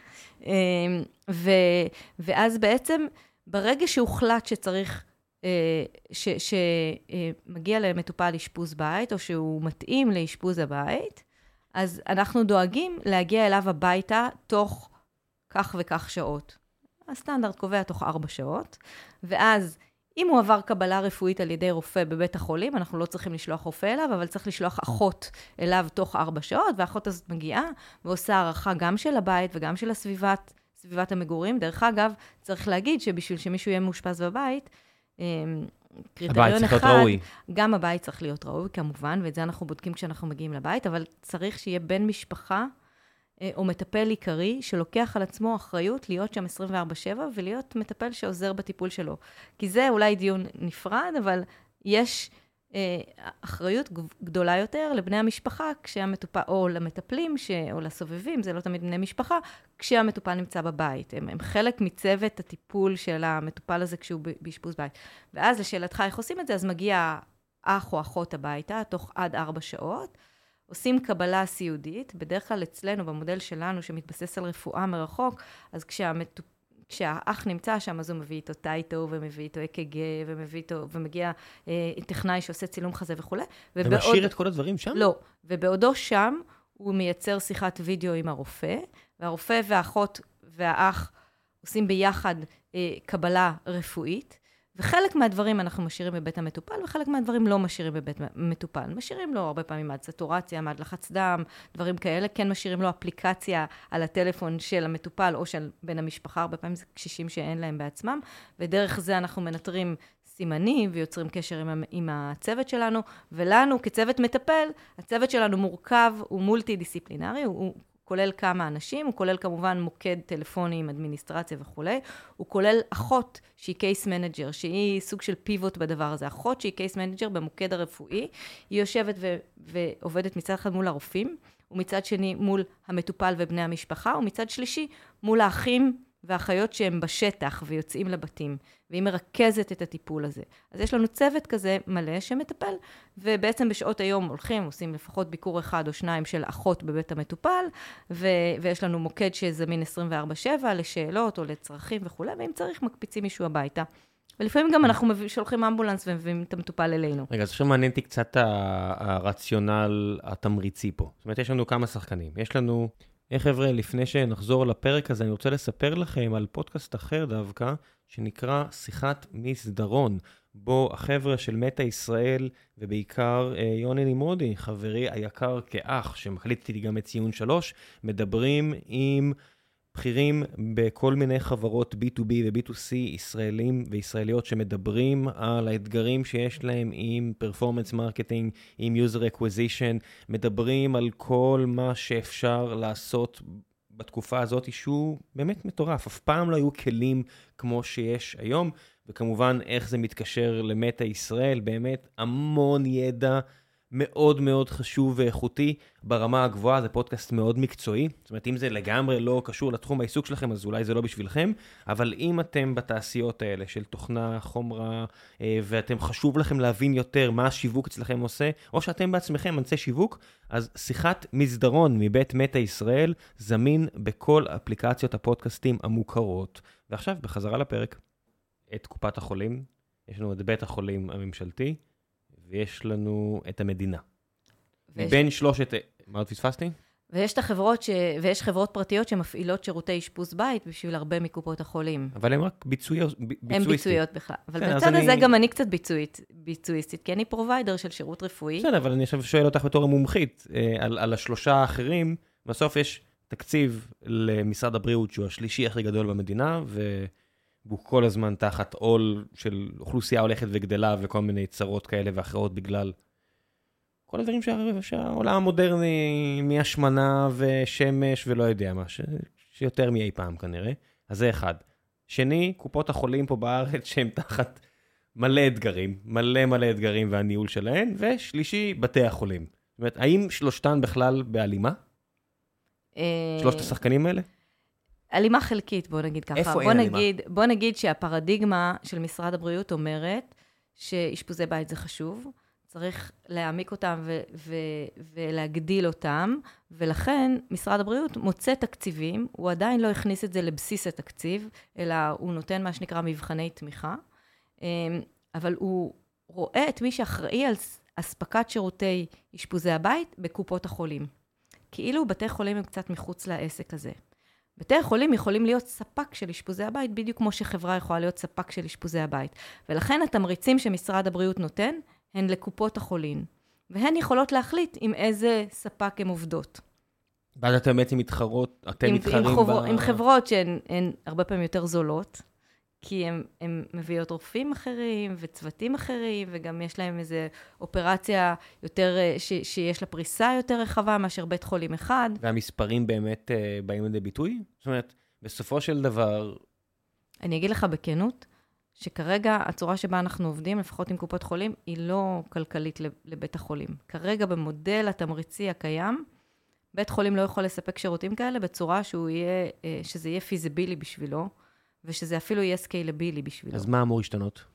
ואז בעצם, ברגע שהוחלט שצריך, שמגיע למטופל אשפוז בית, או שהוא מתאים לאשפוז הבית, אז אנחנו דואגים להגיע אליו הביתה תוך כך וכך שעות. הסטנדרט קובע תוך 4 שעות, ואז אם הוא עבר קבלה רפואית על ידי רופא בבית החולים, אנחנו לא צריכים לשלוח רופא אליו, אבל צריך לשלוח אחות אליו תוך 4 שעות, והאחות הזאת מגיעה ועושה הערכה גם של הבית וגם של סביבת המגורים. דרך אגב, צריך להגיד שבשביל שמישהו יהיה מאושפז בבית, קריטריון אחד, גם הבית צריך להיות ראוי כמובן, ואת זה אנחנו בודקים כשאנחנו מגיעים לבית, אבל צריך שיהיה בן משפחה, או מטפל עיקרי, שלוקח על עצמו אחריות להיות שם 24/7, ולהיות מטפל שעוזר בטיפול שלו. כי זה אולי דיון נפרד, אבל יש אחריות גדולה יותר לבני המשפחה, כשהמטופל, או למטפלים, או לסובבים, זה לא תמיד בני משפחה, כשהמטופל נמצא בבית. הם חלק מצוות הטיפול של המטופל הזה כשהוא באשפוז בית. ואז לשאלתך איך עושים את זה, אז מגיע אח או אחות הביתה, תוך עד 4 שעות, עושים קבלה סיעודית, בדרך כלל אצלנו, במודל שלנו, שמתבסס על רפואה מרחוק, אז כשהאח נמצא שם, אז הוא מביא איתו טייטו, ומביא איתו אק"ג, ומגיע טכנאי שעושה צילום חזה וכו'. ומשאיר את כל הדברים שם? לא, ובעודו שם, הוא מייצר שיחת וידאו עם הרופא, והרופא והאחות והאח עושים ביחד קבלה רפואית, וחלק מהדברים אנחנו משאירים בבית המטופל, וחלק מהדברים לא משאירים בבית המטופל. משאירים לו הרבה פעמים עד סטורציה, עד לחץ דם, דברים כאלה. כן משאירים לו אפליקציה על הטלפון של המטופל או של בן המשפחה, הרבה פעמים זה קשישים שאין להם בעצמם, ודרך זה אנחנו מנטרים סימנים ויוצרים קשר עם הצוות שלנו, ולנו כצוות מטפל, הצוות שלנו מורכב, הוא מולטי-דיסציפלינרי, הוא כולל כמה אנשים, הוא כולל כמובן מוקד טלפוני עם אדמיניסטרציה וכו'. הוא כולל אחות שהיא קייס מנג'ר, שהיא סוג של פיבוט בדבר הזה. אחות שהיא קייס מנג'ר במוקד הרפואי, היא יושבת ועובדת מצד אחד מול הרופאים, ומצד שני מול המטופל ובני המשפחה, ומצד שלישי מול האחים והאחיות שהם בשטח ויוצאים לבתים, והיא מרכזת את הטיפול הזה. אז יש לנו צוות כזה מלא שמטפל, ובעצם בשעות היום הולכים, עושים לפחות ביקור אחד או שניים של אחות בבית המטופל, ויש לנו מוקד שזמין 24/7 לשאלות או לצרכים וכו', ואם צריך מקפיצים מישהו הביתה. ולפעמים גם אנחנו שולחים אמבולנס ומביאים את המטופל אלינו. רגע, אז עכשיו מעניין אותי קצת הרציונל התמריצי פה. זאת אומרת, יש לנו כמה שחקנים. יש לנו, חבר'ה, לפני שנחזור לפרק הזה, אני רוצה לספר לכם על פודקאסט אחר דווקא, שנקרא שיחת מסדרון, בו החבר'ה של מטא ישראל, ובעיקר יוני נמרודי, חברי היקר כאח, שמחליט איתי גם את ציון 3, מדברים עם בכירים בכל מיני חברות B2B ו-B2C ישראלים וישראליות שמדברים על האתגרים שיש להם עם Performance Marketing, עם User Acquisition, מדברים על כל מה שאפשר לעשות בתקופה הזאת שהוא באמת מטורף. אף פעם לא היו כלים כמו שיש היום, וכמובן איך זה מתקשר למטא ישראל, באמת המון ידע מאוד מאוד חשוב ואיכותי ברמה הגבוהה, זה פודקאסט מאוד מקצועי, זאת אומרת, אם זה לגמרי לא קשור לתחום העיסוק שלכם, אז אולי זה לא בשבילכם, אבל אם אתם בתעשיות האלה של תוכנה, חומרה, ואתם חשוב לכם להבין יותר מה השיווק אצלכם עושה, או שאתם בעצמכם אנשי שיווק, אז שיחת מסדרון מבית מטא ישראל, זמין בכל אפליקציות הפודקאסטים המוכרות. ועכשיו, בחזרה לפרק, את קופת החולים, יש לנו את בית החולים הממשלתי, ויש לנו את המדינה. בין שלושת, מה עוד פספסתי? ויש חברות פרטיות שמפעילות שירותי אשפוז בית בשביל הרבה מקופות החולים. אבל הן רק ביצועיות. הן ביצועיות בכלל. אבל בצד הזה גם אני קצת ביצועיסטית, כי אני פרוביידר של שירות רפואי. בסדר, אבל אני עכשיו שואל אותך בתור המומחית, על השלושה האחרים, בסוף יש תקציב למשרד הבריאות, שהוא השלישי הכי גדול במדינה, והוא כל הזמן תחת עול של אוכלוסייה הולכת וגדלה, וכל מיני צרות כאלה ואחרות בגלל כל הדברים שהעולם המודרני, מהשמנה ושמש ולא יודע מה, שיותר מאי פעם כנראה. אז זה אחד. שני, קופות החולים פה בארץ שהם תחת מלא אתגרים, מלא אתגרים והניהול שלהן, ושלישי, בתי החולים. זאת אומרת, האם שלושתן בכלל בהלימה? שלושת השחקנים האלה? הלימה חלקית, בוא נגיד ככה. איפה אין הלימה? בוא נגיד שהפרדיגמה של משרד הבריאות אומרת שאשפוזי בית זה חשוב, צריך להעמיק אותם ולהגדיל אותם, ולכן משרד הבריאות מוצא תקציבים, הוא עדיין לא הכניס את זה לבסיס התקציב, אלא הוא נותן מה שנקרא מבחני תמיכה, אבל הוא רואה את מי שאחראי על אספקת שירותי אשפוזי הבית בקופות החולים. כאילו בתי חולים הם קצת מחוץ לעסק הזה. בתי החולים יכולים להיות ספק של אשפוזי הבית, בדיוק כמו שחברה יכולה להיות ספק של אשפוזי הבית. ולכן התמריצים שמשרד הבריאות נותן, הן לקופות החולים. והן יכולות להחליט עם איזה ספק הן עובדות. ואז אתם בעצם מתחרות, אתם מתחרים עם חברות שהן הרבה פעמים יותר זולות, כי הן מביאות רופאים אחרים וצוותים אחרים, וגם יש להם איזו אופרציה יותר, שיש לה פריסה יותר רחבה מאשר בית חולים אחד. והמספרים באמת באים לידי ביטוי? זאת אומרת, בסופו של דבר... אני אגיד לך בכנות, שכרגע הצורה שבה אנחנו עובדים, לפחות עם קופות חולים, היא לא כלכלית לבית החולים. כרגע במודל התמריצי הקיים, בית חולים לא יכול לספק שירותים כאלה בצורה שזה יהיה פיזיבילי בשבילו, ושזה אפילו יהיה סקיילבילי בשבילו. אז מה אמור להשתנות?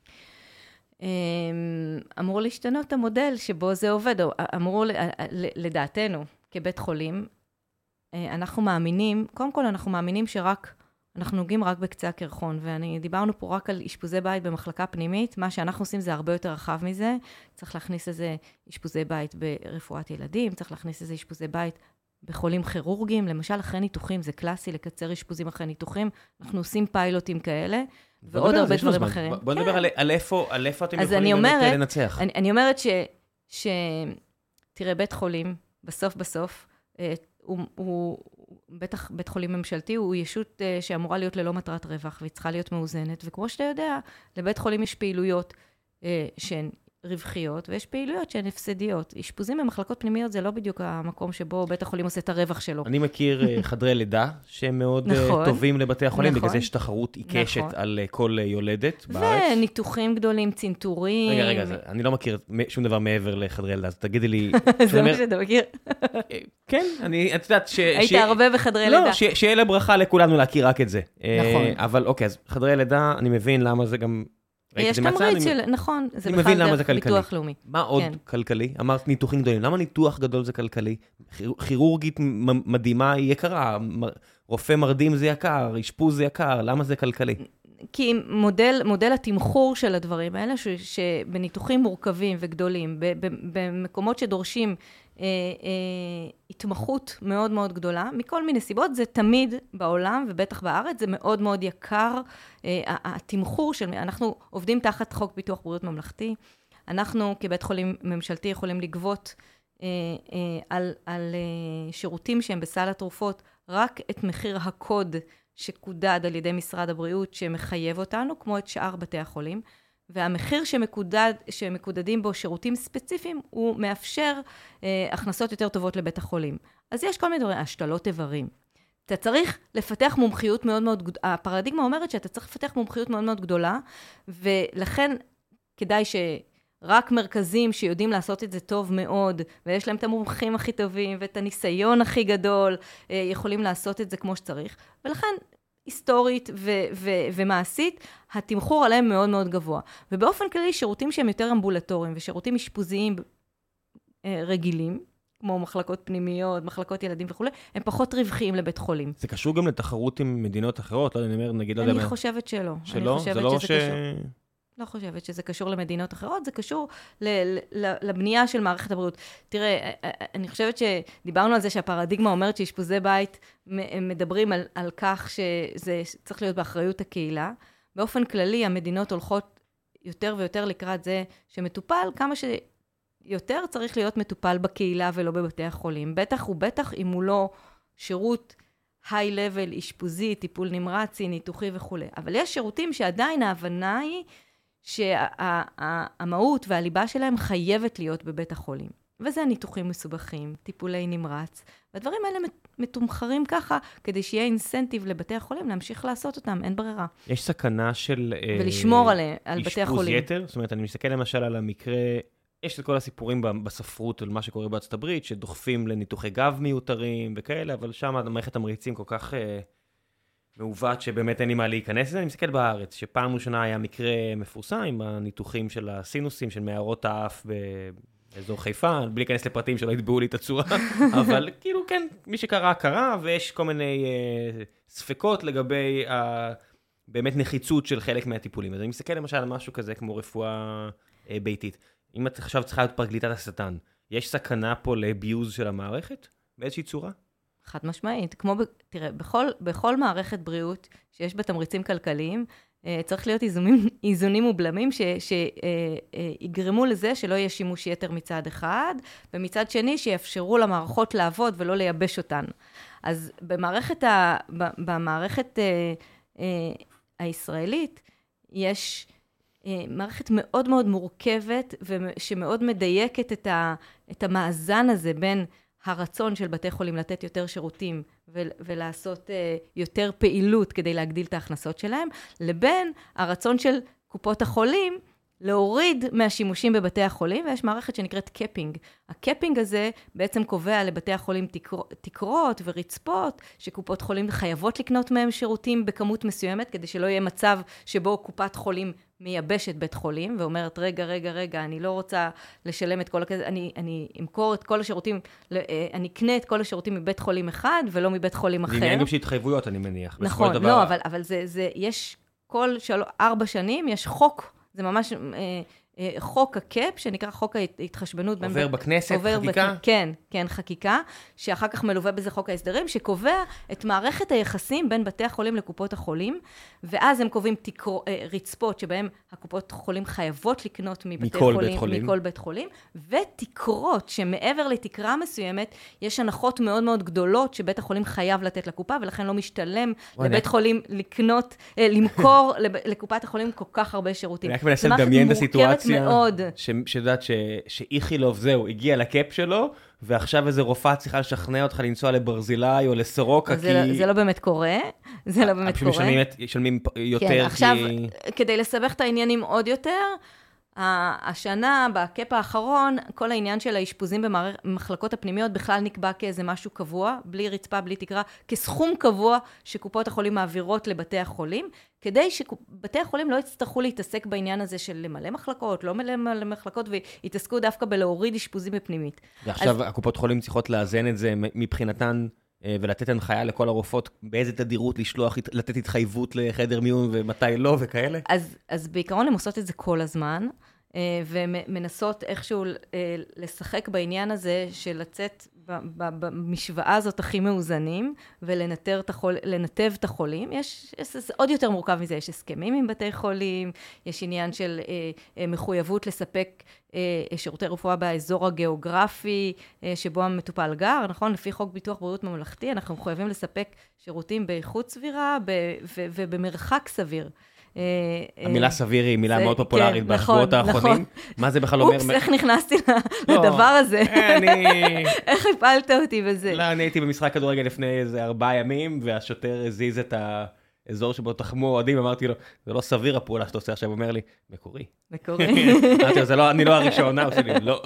אמור להשתנות המודל שבו זה עובד, לדעתנו, כבית חולים, אנחנו מאמינים, קודם כל אנחנו מאמינים אנחנו נוגעים רק בקצה הקרחון, דיברנו פה רק על אשפוזי בית במחלקה פנימית, מה שאנחנו עושים זה הרבה יותר רחב מזה, צריך להכניס איזה אשפוזי בית ברפואת ילדים, צריך להכניס איזה אשפוזי בית בחולים כירורגיים, למשל אחרי ניתוחים, זה קלאסי לקצר אשפוזים אחרי ניתוחים, אנחנו עושים פיילוטים כאלה, ועוד הרבה דברים אחרים. בוא נדבר על איפה אתם יכולים באמת לנצח. אני אומרת תראה, בית חולים, בסוף, הוא בטח בית חולים ממשלתי, הוא ישות שאמורה להיות ללא מטרת רווח, והיא צריכה להיות מאוזנת, וכמו שאתה יודע, לבית חולים יש פעילויות שהן רווחיות, ויש פעילויות שהן הפסדיות. אשפוזים במחלקות פנימיות זה לא בדיוק המקום שבו בית החולים עושה את הרווח שלו. אני מכיר חדרי לידה שהם מאוד טובים לבתי החולים, בגלל זה יש תחרות עיקשת על כל יולדת בארץ. וניתוחים גדולים, צנתורים. רגע, אני לא מכיר שום דבר מעבר לחדרי לידה, אז תגידי לי... זה מה שאתה מכיר? כן, את יודעת היית הרבה בחדרי לידה. לא, שיהיה לברכה לכולנו להכיר רק את זה. נכון. אבל אוקיי, אז חדרי לידה, אני מבין למה זה גם... יש תמריץ של, נכון, זה בכלל דרך ביטוח לאומי. מה עוד כלכלי? אמרת ניתוחים גדולים. למה ניתוח גדול זה כלכלי? כירורגית מדהימה היא יקרה, רופא מרדים זה יקר, אשפוז זה יקר, למה זה כלכלי? כי מודל התמחור של הדברים האלה, שבניתוחים מורכבים וגדולים, במקומות שדורשים התמחות מאוד מאוד גדולה, מכל מיני סיבות, זה תמיד בעולם, ובטח בארץ, זה מאוד מאוד יקר, התמחור של... אנחנו עובדים תחת חוק ביטוח בריאות ממלכתי, אנחנו כבית חולים ממשלתי יכולים לגבות על שירותים שהם בסל התרופות, רק את מחיר הקוד שקודד על ידי משרד הבריאות, שמחייב אותנו, כמו את שאר בתי החולים, והמחיר שמקודדים בו שירותים ספציפיים, הוא מאפשר הכנסות יותר טובות לבית החולים. אז יש כל מיני דברים, השתלות איברים. אתה צריך לפתח מומחיות מאוד מאוד, הפרדיגמה אומרת שאתה צריך לפתח מומחיות מאוד מאוד גדולה, ולכן כדאי שרק מרכזים שיודעים לעשות את זה טוב מאוד, ויש להם את המומחים הכי טובים, ואת הניסיון הכי גדול, יכולים לעשות את זה כמו שצריך, ולכן היסטורית ומעשית, התמחור עליהם מאוד מאוד גבוה. ובאופן כללי, שירותים שהם יותר אמבולטוריים, ושירותים אשפוזיים רגילים, כמו מחלקות פנימיות, מחלקות ילדים וכו', הם פחות רווחיים לבית חולים. זה קשור גם לתחרות עם מדינות אחרות? לא, אני אומר, נגיד... אני חושבת שלא. שלא? זה לא ש... לא חושבת שזה קשור למדינות אחרות, זה קשור לבנייה של מערכת הבריאות. תראה, אני חושבת שדיברנו על זה שהפרדיגמה אומרת שאשפוזי בית מדברים על כך שזה צריך להיות באחריות הקהילה. באופן כללי, המדינות הולכות יותר ויותר לקראת זה שמטופל, כמה שיותר צריך להיות מטופל בקהילה ולא בבתי החולים. בטח ובטח אם הוא לא שירות high-level, אשפוזי, טיפול נמרצי, ניתוחי וכו'. אבל יש שירותים שעדיין ההבנה היא שהמהות והליבה שלהם חייבת להיות בבית החולים. וזה ניתוחים מסובכים, טיפולי נמרץ, והדברים האלה מתומחרים ככה, כדי שיהיה אינסנטיב לבתי החולים להמשיך לעשות אותם, אין ברירה. יש סכנה של... ולשמור על בתי החולים. אשפוז יתר? זאת אומרת, אני מסתכל למשל על המקרה, יש את כל הסיפורים בספרות על מה שקורה בארצות הברית, שדוחפים לניתוחי גב מיותרים וכאלה, אבל שם המערכת המריצים כל כך... מעוות שבאמת אין לי מה להיכנס לזה. אני מסתכל בארץ, שפעם ראשונה היה מקרה מפורסם עם הניתוחים של הסינוסים, של מערות האף באזור חיפה, בלי להיכנס לפרטים שלא יתבעו לי את הצורה, אבל כאילו כן, מי שקרה, קרה, ויש כל מיני ספקות לגבי באמת נחיצות של חלק מהטיפולים. אז אני מסתכל למשל על משהו כזה כמו רפואה ביתית. אם את עכשיו צריכה להיות פרקליטת השטן, יש סכנה פה לאביוז של המערכת באיזושהי צורה? חד משמעית. כמו, תראה, בכל מערכת בריאות שיש בה תמריצים כלכליים, צריך להיות איזונים ובלמים שיגרמו לזה שלא יהיה שימוש יתר מצד אחד, ומצד שני שיאפשרו למערכות לעבוד ולא לייבש אותן. אז במערכת הישראלית יש מערכת מאוד מאוד מורכבת, שמאוד מדייקת את המאזן הזה בין הרצון של בתי חולים לתת יותר שירותים ולעשות יותר פעילות כדי להגדיל את ההכנסות שלהם, לבין הרצון של קופות החולים להוריד מהשימושים בבתי החולים, ויש מערכת שנקראת קפינג. הקפינג הזה בעצם קובע לבתי החולים תקרות ורצפות, שקופות חולים חייבות לקנות מהם שירותים בכמות מסוימת, כדי שלא יהיה מצב שבו קופת חולים מייבשת בית חולים, ואומרת, רגע, אני לא רוצה לשלם את כל הכסף, אני אמכור את כל השירותים, אני אקנה את כל השירותים מבית חולים אחד, ולא מבית חולים אחר. זה עניין גם שהתחייבויות, אני מניח. נכון, לא, אבל יש כל 4 שנים, יש חוק, זה ממש חוק הקאפ, שנקרא חוק ההתחשבנות. עובר בכנסת, חקיקה? כן, חקיקה, שאחר כך מלווה בזה חוק ההסדרים, שקובע את מערכת היחסים בין בתי החולים לקופות החולים, ואז הם קובעים רצפות, שבהם הקופות חולים חייבות לקנות מכל בית חולים, ותקרות שמעבר לתקרה מסוימת, יש הנחות מאוד מאוד גדולות, שבית החולים חייב לתת לקופה, ולכן לא משתלם לבית חולים למכור לקופת החולים כל כך הרבה שירותים. אני רק מנסה לדמיין את הסיטואציה מאוד. שיודעת שאיכילוב זהו, הגיע לקאפ שלו, ועכשיו איזה רופאה צריכה לשכנע אותך לנסוע לברזילי או לסורוקה, כי... זה לא באמת קורה, זה לא באמת קורה. משלמים יותר, כן, עכשיו, כדי לסבך את העניינים עוד יותר, השנה, בקאפ האחרון, כל העניין של האשפוזים במחלקות הפנימיות בכלל נקבע כאיזה משהו קבוע, בלי רצפה, בלי תקרה, כסכום קבוע שקופות החולים מעבירות לבתי החולים, כדי שבתי החולים לא יצטרכו להתעסק בעניין הזה של למלא מחלקות, לא מלא מחלקות, ויתעסקו דווקא בלהוריד אשפוזים בפנימית. ועכשיו הקופות חולים צריכות לאזן את זה מבחינתן, ולתת הנחיה לכל הרופאות באיזה תדירות לשלוח, לתת התחייבות לחדר מיון ומתי לא וכאלה? אז בעיקרון הן עושות את זה כל הזמן, ומנסות איכשהו לשחק בעניין הזה של לצאת במשוואה הזאת הכי מאוזנים, ולנתב את החולים. יש עוד יותר מורכב מזה, יש הסכמים עם בתי חולים, יש עניין של מחויבות לספק שירותי רפואה באזור הגיאוגרפי, שבו המטופל גר, נכון? לפי חוק ביטוח בריאות ממלכתי, אנחנו מחויבים לספק שירותים באיכות סבירה ובמרחק סביר. המילה סביר היא מילה מאוד פופולרית בשבועות האחרונים. מה זה בכלל אומר? אופס, איך נכנסתי לדבר הזה? איך הפלת אותי בזה? לא, אני הייתי במשחק כדורגל לפני איזה 4 ימים, והשוטר הזיז את האזור שבו תחמו אוהדים, אמרתי לו, זה לא סביר הפעולה שאתה עושה עכשיו, הוא אומר לי, מקורי. אמרתי לו, אני לא הראשונה, הוא שלי, לא.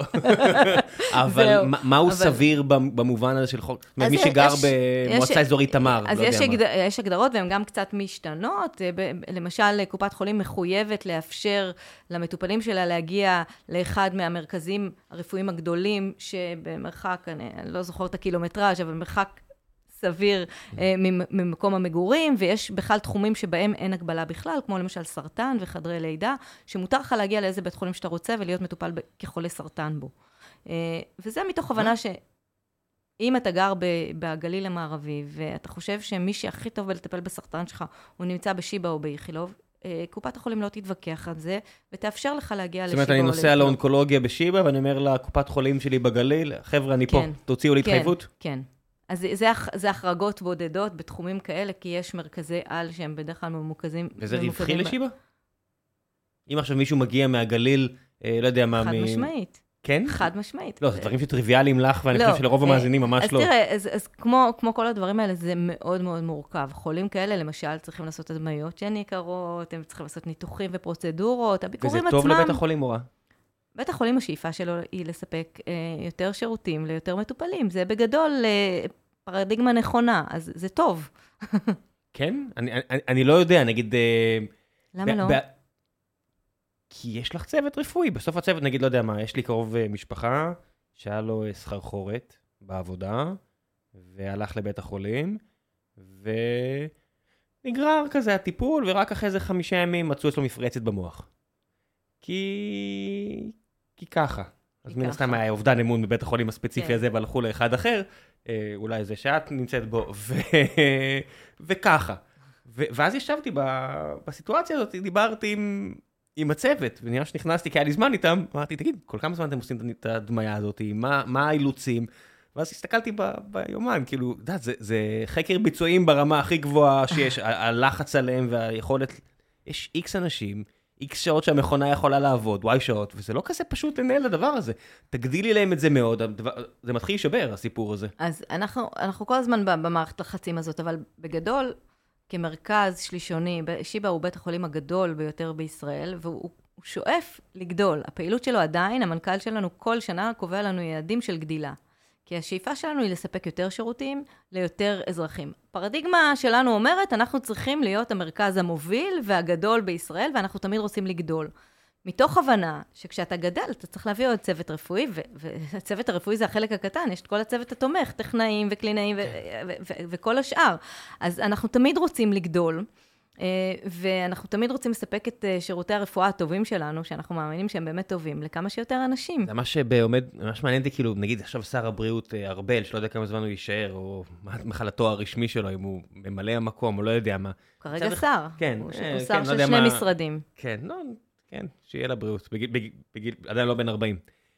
אבל מהו סביר במובן הזה של חוק? מי שגר במועצה אזורית תמר, אז יש הגדרות, והן גם קצת משתנות. למשל, קופת חולים מחויבת לאפשר למטופלים שלה להגיע לאחד מהמרכזים הרפואיים הגדולים, שבמרחק, אני לא זוכרת את הקילומטראז', אבל מרחק סביר ממקום המגורים, ויש בכלל תחומים שבהם אין הגבלה בכלל, כמו למשל סרטן וחדרי לידה, שמותר לך להגיע לאיזה בית חולים שאתה רוצה, ולהיות מטופל כחולה סרטן בו. וזה מתוך הבנה שאם אתה גר בגליל המערבי, ואתה חושב שמי שהכי טוב לטפל בסרטן שלך, הוא נמצא בשיבא או באיכילוב, קופת החולים לא תתווכח על זה, ותאפשר לך להגיע לשיבא או לאיכילוב. זאת אומרת, אני נוסע לאונקולוגיה בשיבא, ואני אומר לקופת חולים שלי בגליל, חבר'ה, אני פה, תוציאו לי התחייבות? כן. אז זה החרגות בודדות בתחומים כאלה, כי יש מרכזי על שהם בדרך כלל ממוקזים. וזה רווחי לשיבא? אם עכשיו מישהו מגיע מהגליל, לא יודע מה... חד משמעית. כן? חד משמעית. לא, זה דברים שטריוויאליים לך, ואני חושב שלרוב המאזינים ממש לא. אז תראה, אז כמו כל הדברים האלה, זה מאוד מאוד מורכב. חולים כאלה, למשל, צריכים לעשות הדמיות שהן יקרות, הם צריכים לעשות ניתוחים ופרוצדורות, הביקורים עצמם... וזה טוב לבית החולים או רע? בית החולים, השאיפה שלו היא לספק יותר שירותים ליותר מטופלים. זה בגדול פרדיגמה נכונה, אז זה טוב. כן? אני לא יודע, נגיד... למה לא? כי יש לך צוות רפואי. בסוף הצוות, נגיד, לא יודע מה, יש לי קרוב משפחה, שהיה לו סחרחורת בעבודה, והלך לבית החולים, ונגרר כזה הטיפול, ורק אחרי איזה 5 ימים מצאו אצלו מפרצת במוח. כי ככה. אז מן הסתם היה אובדן אמון בבית החולים הספציפי הזה, והלכו לאחד אחר, אולי זה שאת נמצאת בו, וככה. ואז ישבתי בסיטואציה הזאת, דיברתי עם הצוות, ונראה שנכנסתי, כי היה לי זמן איתם, אמרתי, תגיד, כל כמה זמן אתם עושים את הדמיה הזאת, מה האילוצים? ואז הסתכלתי ביומן, כאילו, זה חקר ביצועים ברמה הכי גבוהה שיש, הלחץ עליהם והיכולת, יש איקס אנשים, איקס שעות שהמכונה יכולה לעבוד, וואי שעות, וזה לא כזה פשוט לנהל לדבר הזה. תגדילי להם את זה מאוד, זה מתחיל להישבר, הסיפור הזה. אז אנחנו כל הזמן במערכת לחצים הזאת, אבל בגדול, כמרכז שלישוני, שיבא הוא בית החולים הגדול ביותר בישראל, והוא שואף לגדול. הפעילות שלו עדיין, המנכ"ל שלנו כל שנה קובע לנו יעדים של גדילה. כי השאיפה שלנו היא לספק יותר שירותים ליותר אזרחים. הפרדיגמה שלנו אומרת, אנחנו צריכים להיות המרכז המוביל והגדול בישראל, ואנחנו תמיד רוצים לגדול. מתוך הבנה שכשאתה גדל, אתה צריך להביא עוד צוות רפואי, והצוות הרפואי זה החלק הקטן, יש את כל הצוות התומך, טכנאים וקלינאים וכל השאר. אז אנחנו תמיד רוצים לגדול, ואנחנו תמיד רוצים לספק את שירותי הרפואה הטובים שלנו, שאנחנו מאמינים שהם באמת טובים, לכמה שיותר אנשים. זה ממש מעניין אותי, כאילו, נגיד עכשיו שר הבריאות ארבל, שלא יודע כמה זמן הוא יישאר, או מחלתו הרשמי שלו, אם הוא ממלא המקום, או לא יודע מה. כרגע שר. כן. הוא שר של 2 משרדים. כן, לא, כן, שיהיה לבריאות, בגיל, עדיין לא בן 40.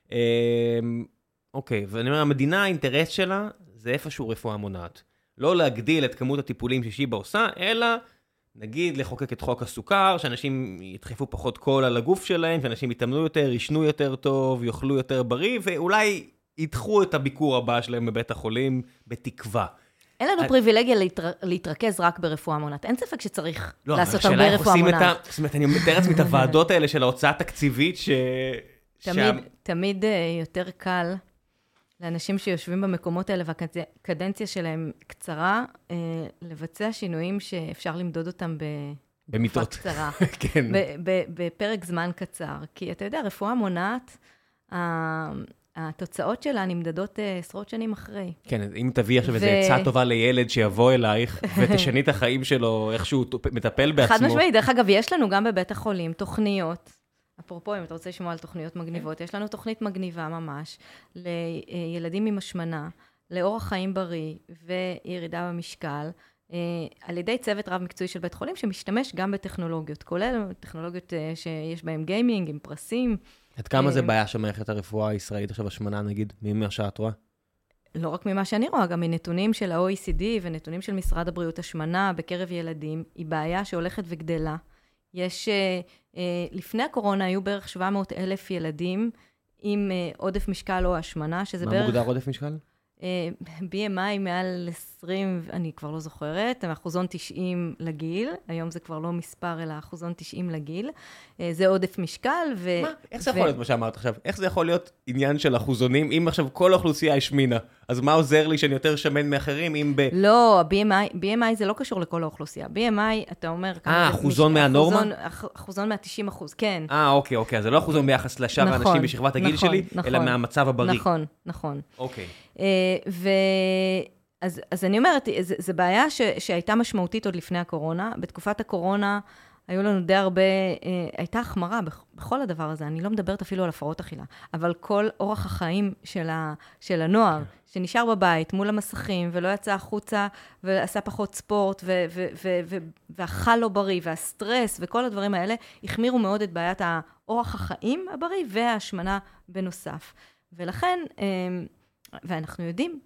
אוקיי, ואני אומר, המדינה, האינטרס שלה, זה איפשהו רפואה מונעת. לא להגדיל את כמות הטיפולים ששיבא עושה, אלא נגיד לחוקק את חוק הסוכר, שאנשים ידחפו פחות קול על הגוף שלהם, שאנשים יתאמנו יותר, ישנו יותר טוב, יאכלו יותר בריא, ואולי ידחו את הביקור הבא שלהם בבית החולים בתקווה. אין לנו פריבילגיה להתרכז רק ברפואה מונעת. אין ספק שצריך לעשות הרבה רפואה מונעת. זאת אומרת, אני מתאר לעצמי את הוועדות האלה של ההוצאה התקציבית תמיד יותר קל לאנשים שיושבים במקומות האלה והקדנציה שלהם קצרה, לבצע שינויים שאפשר למדוד אותם במיטות. קצרה. כן. בפרק זמן קצר. כי אתה יודע, רפואה מונעת, התוצאות שלה נמדדות עשרות שנים אחרי. כן, אם תביא עכשיו איזו עצה טובה לילד שיבוא אלייך, ותשני את החיים שלו, איך שהוא מטפל בעצמו. חד משמעית, דרך אגב, יש לנו גם בבית החולים תוכניות, אפרופו, אם אתה רוצה לשמוע על תוכניות מגניבות, יש לנו תוכנית מגניבה ממש, לילדים עם השמנה, לאורח חיים בריא וירידה במשקל, על ידי צוות רב מקצועי של בית חולים, שמשתמש גם בטכנולוגיות, כולל טכנולוגיות שיש בהן גיימינג, עם פרסים. עד כמה זה בעיה שמערכת הרפואה הישראלית עכשיו השמנה, נגיד, ממה שאת רואה? לא רק ממה שאני רואה, גם מנתונים של ה-OECD ונתונים של משרד הבריאות, השמנה בקרב ילדים, היא בעיה שהולכת וגדלה. יש, לפני הקורונה היו בערך 700,000 ילדים עם עודף משקל או השמנה, שזה בערך... מה מוגדר עודף משקל? BMI מעל 20, אני כבר לא זוכרת, אחוזון 90 לגיל, היום זה כבר לא מספר, אלא אחוזון 90 לגיל, זה עודף משקל. מה? איך זה יכול להיות מה שאמרת עכשיו? איך זה יכול להיות עניין של אחוזונים, אם עכשיו כל האוכלוסייה השמינה, אז מה עוזר לי שאני יותר שמן מאחרים, אם לא, BMI זה לא קשור לכל האוכלוסייה. BMI, אתה אומר... אחוזון מהנורמה? אחוזון מה-90%, כן. אוקיי, אז זה לא אחוזון ביחס לשאר האנשים בשכבת הגיל שלי, אלא מהמצב הבריא. נכון. אוקיי. אז אני אומרת, זו בעיה שהייתה משמעותית עוד לפני הקורונה. בתקופת הקורונה היו לנו די הרבה, הייתה החמרה בכל הדבר הזה. אני לא מדברת אפילו על הפרעות אכילה, אבל כל אורח החיים של הנוער, שנשאר בבית מול המסכים, ולא יצא החוצה, ועשה פחות ספורט, ואכל לא בריא, והסטרס, וכל הדברים האלה, החמירו מאוד את בעיית האורח החיים הבריא, וההשמנה בנוסף. ולכן, ואנחנו יודעים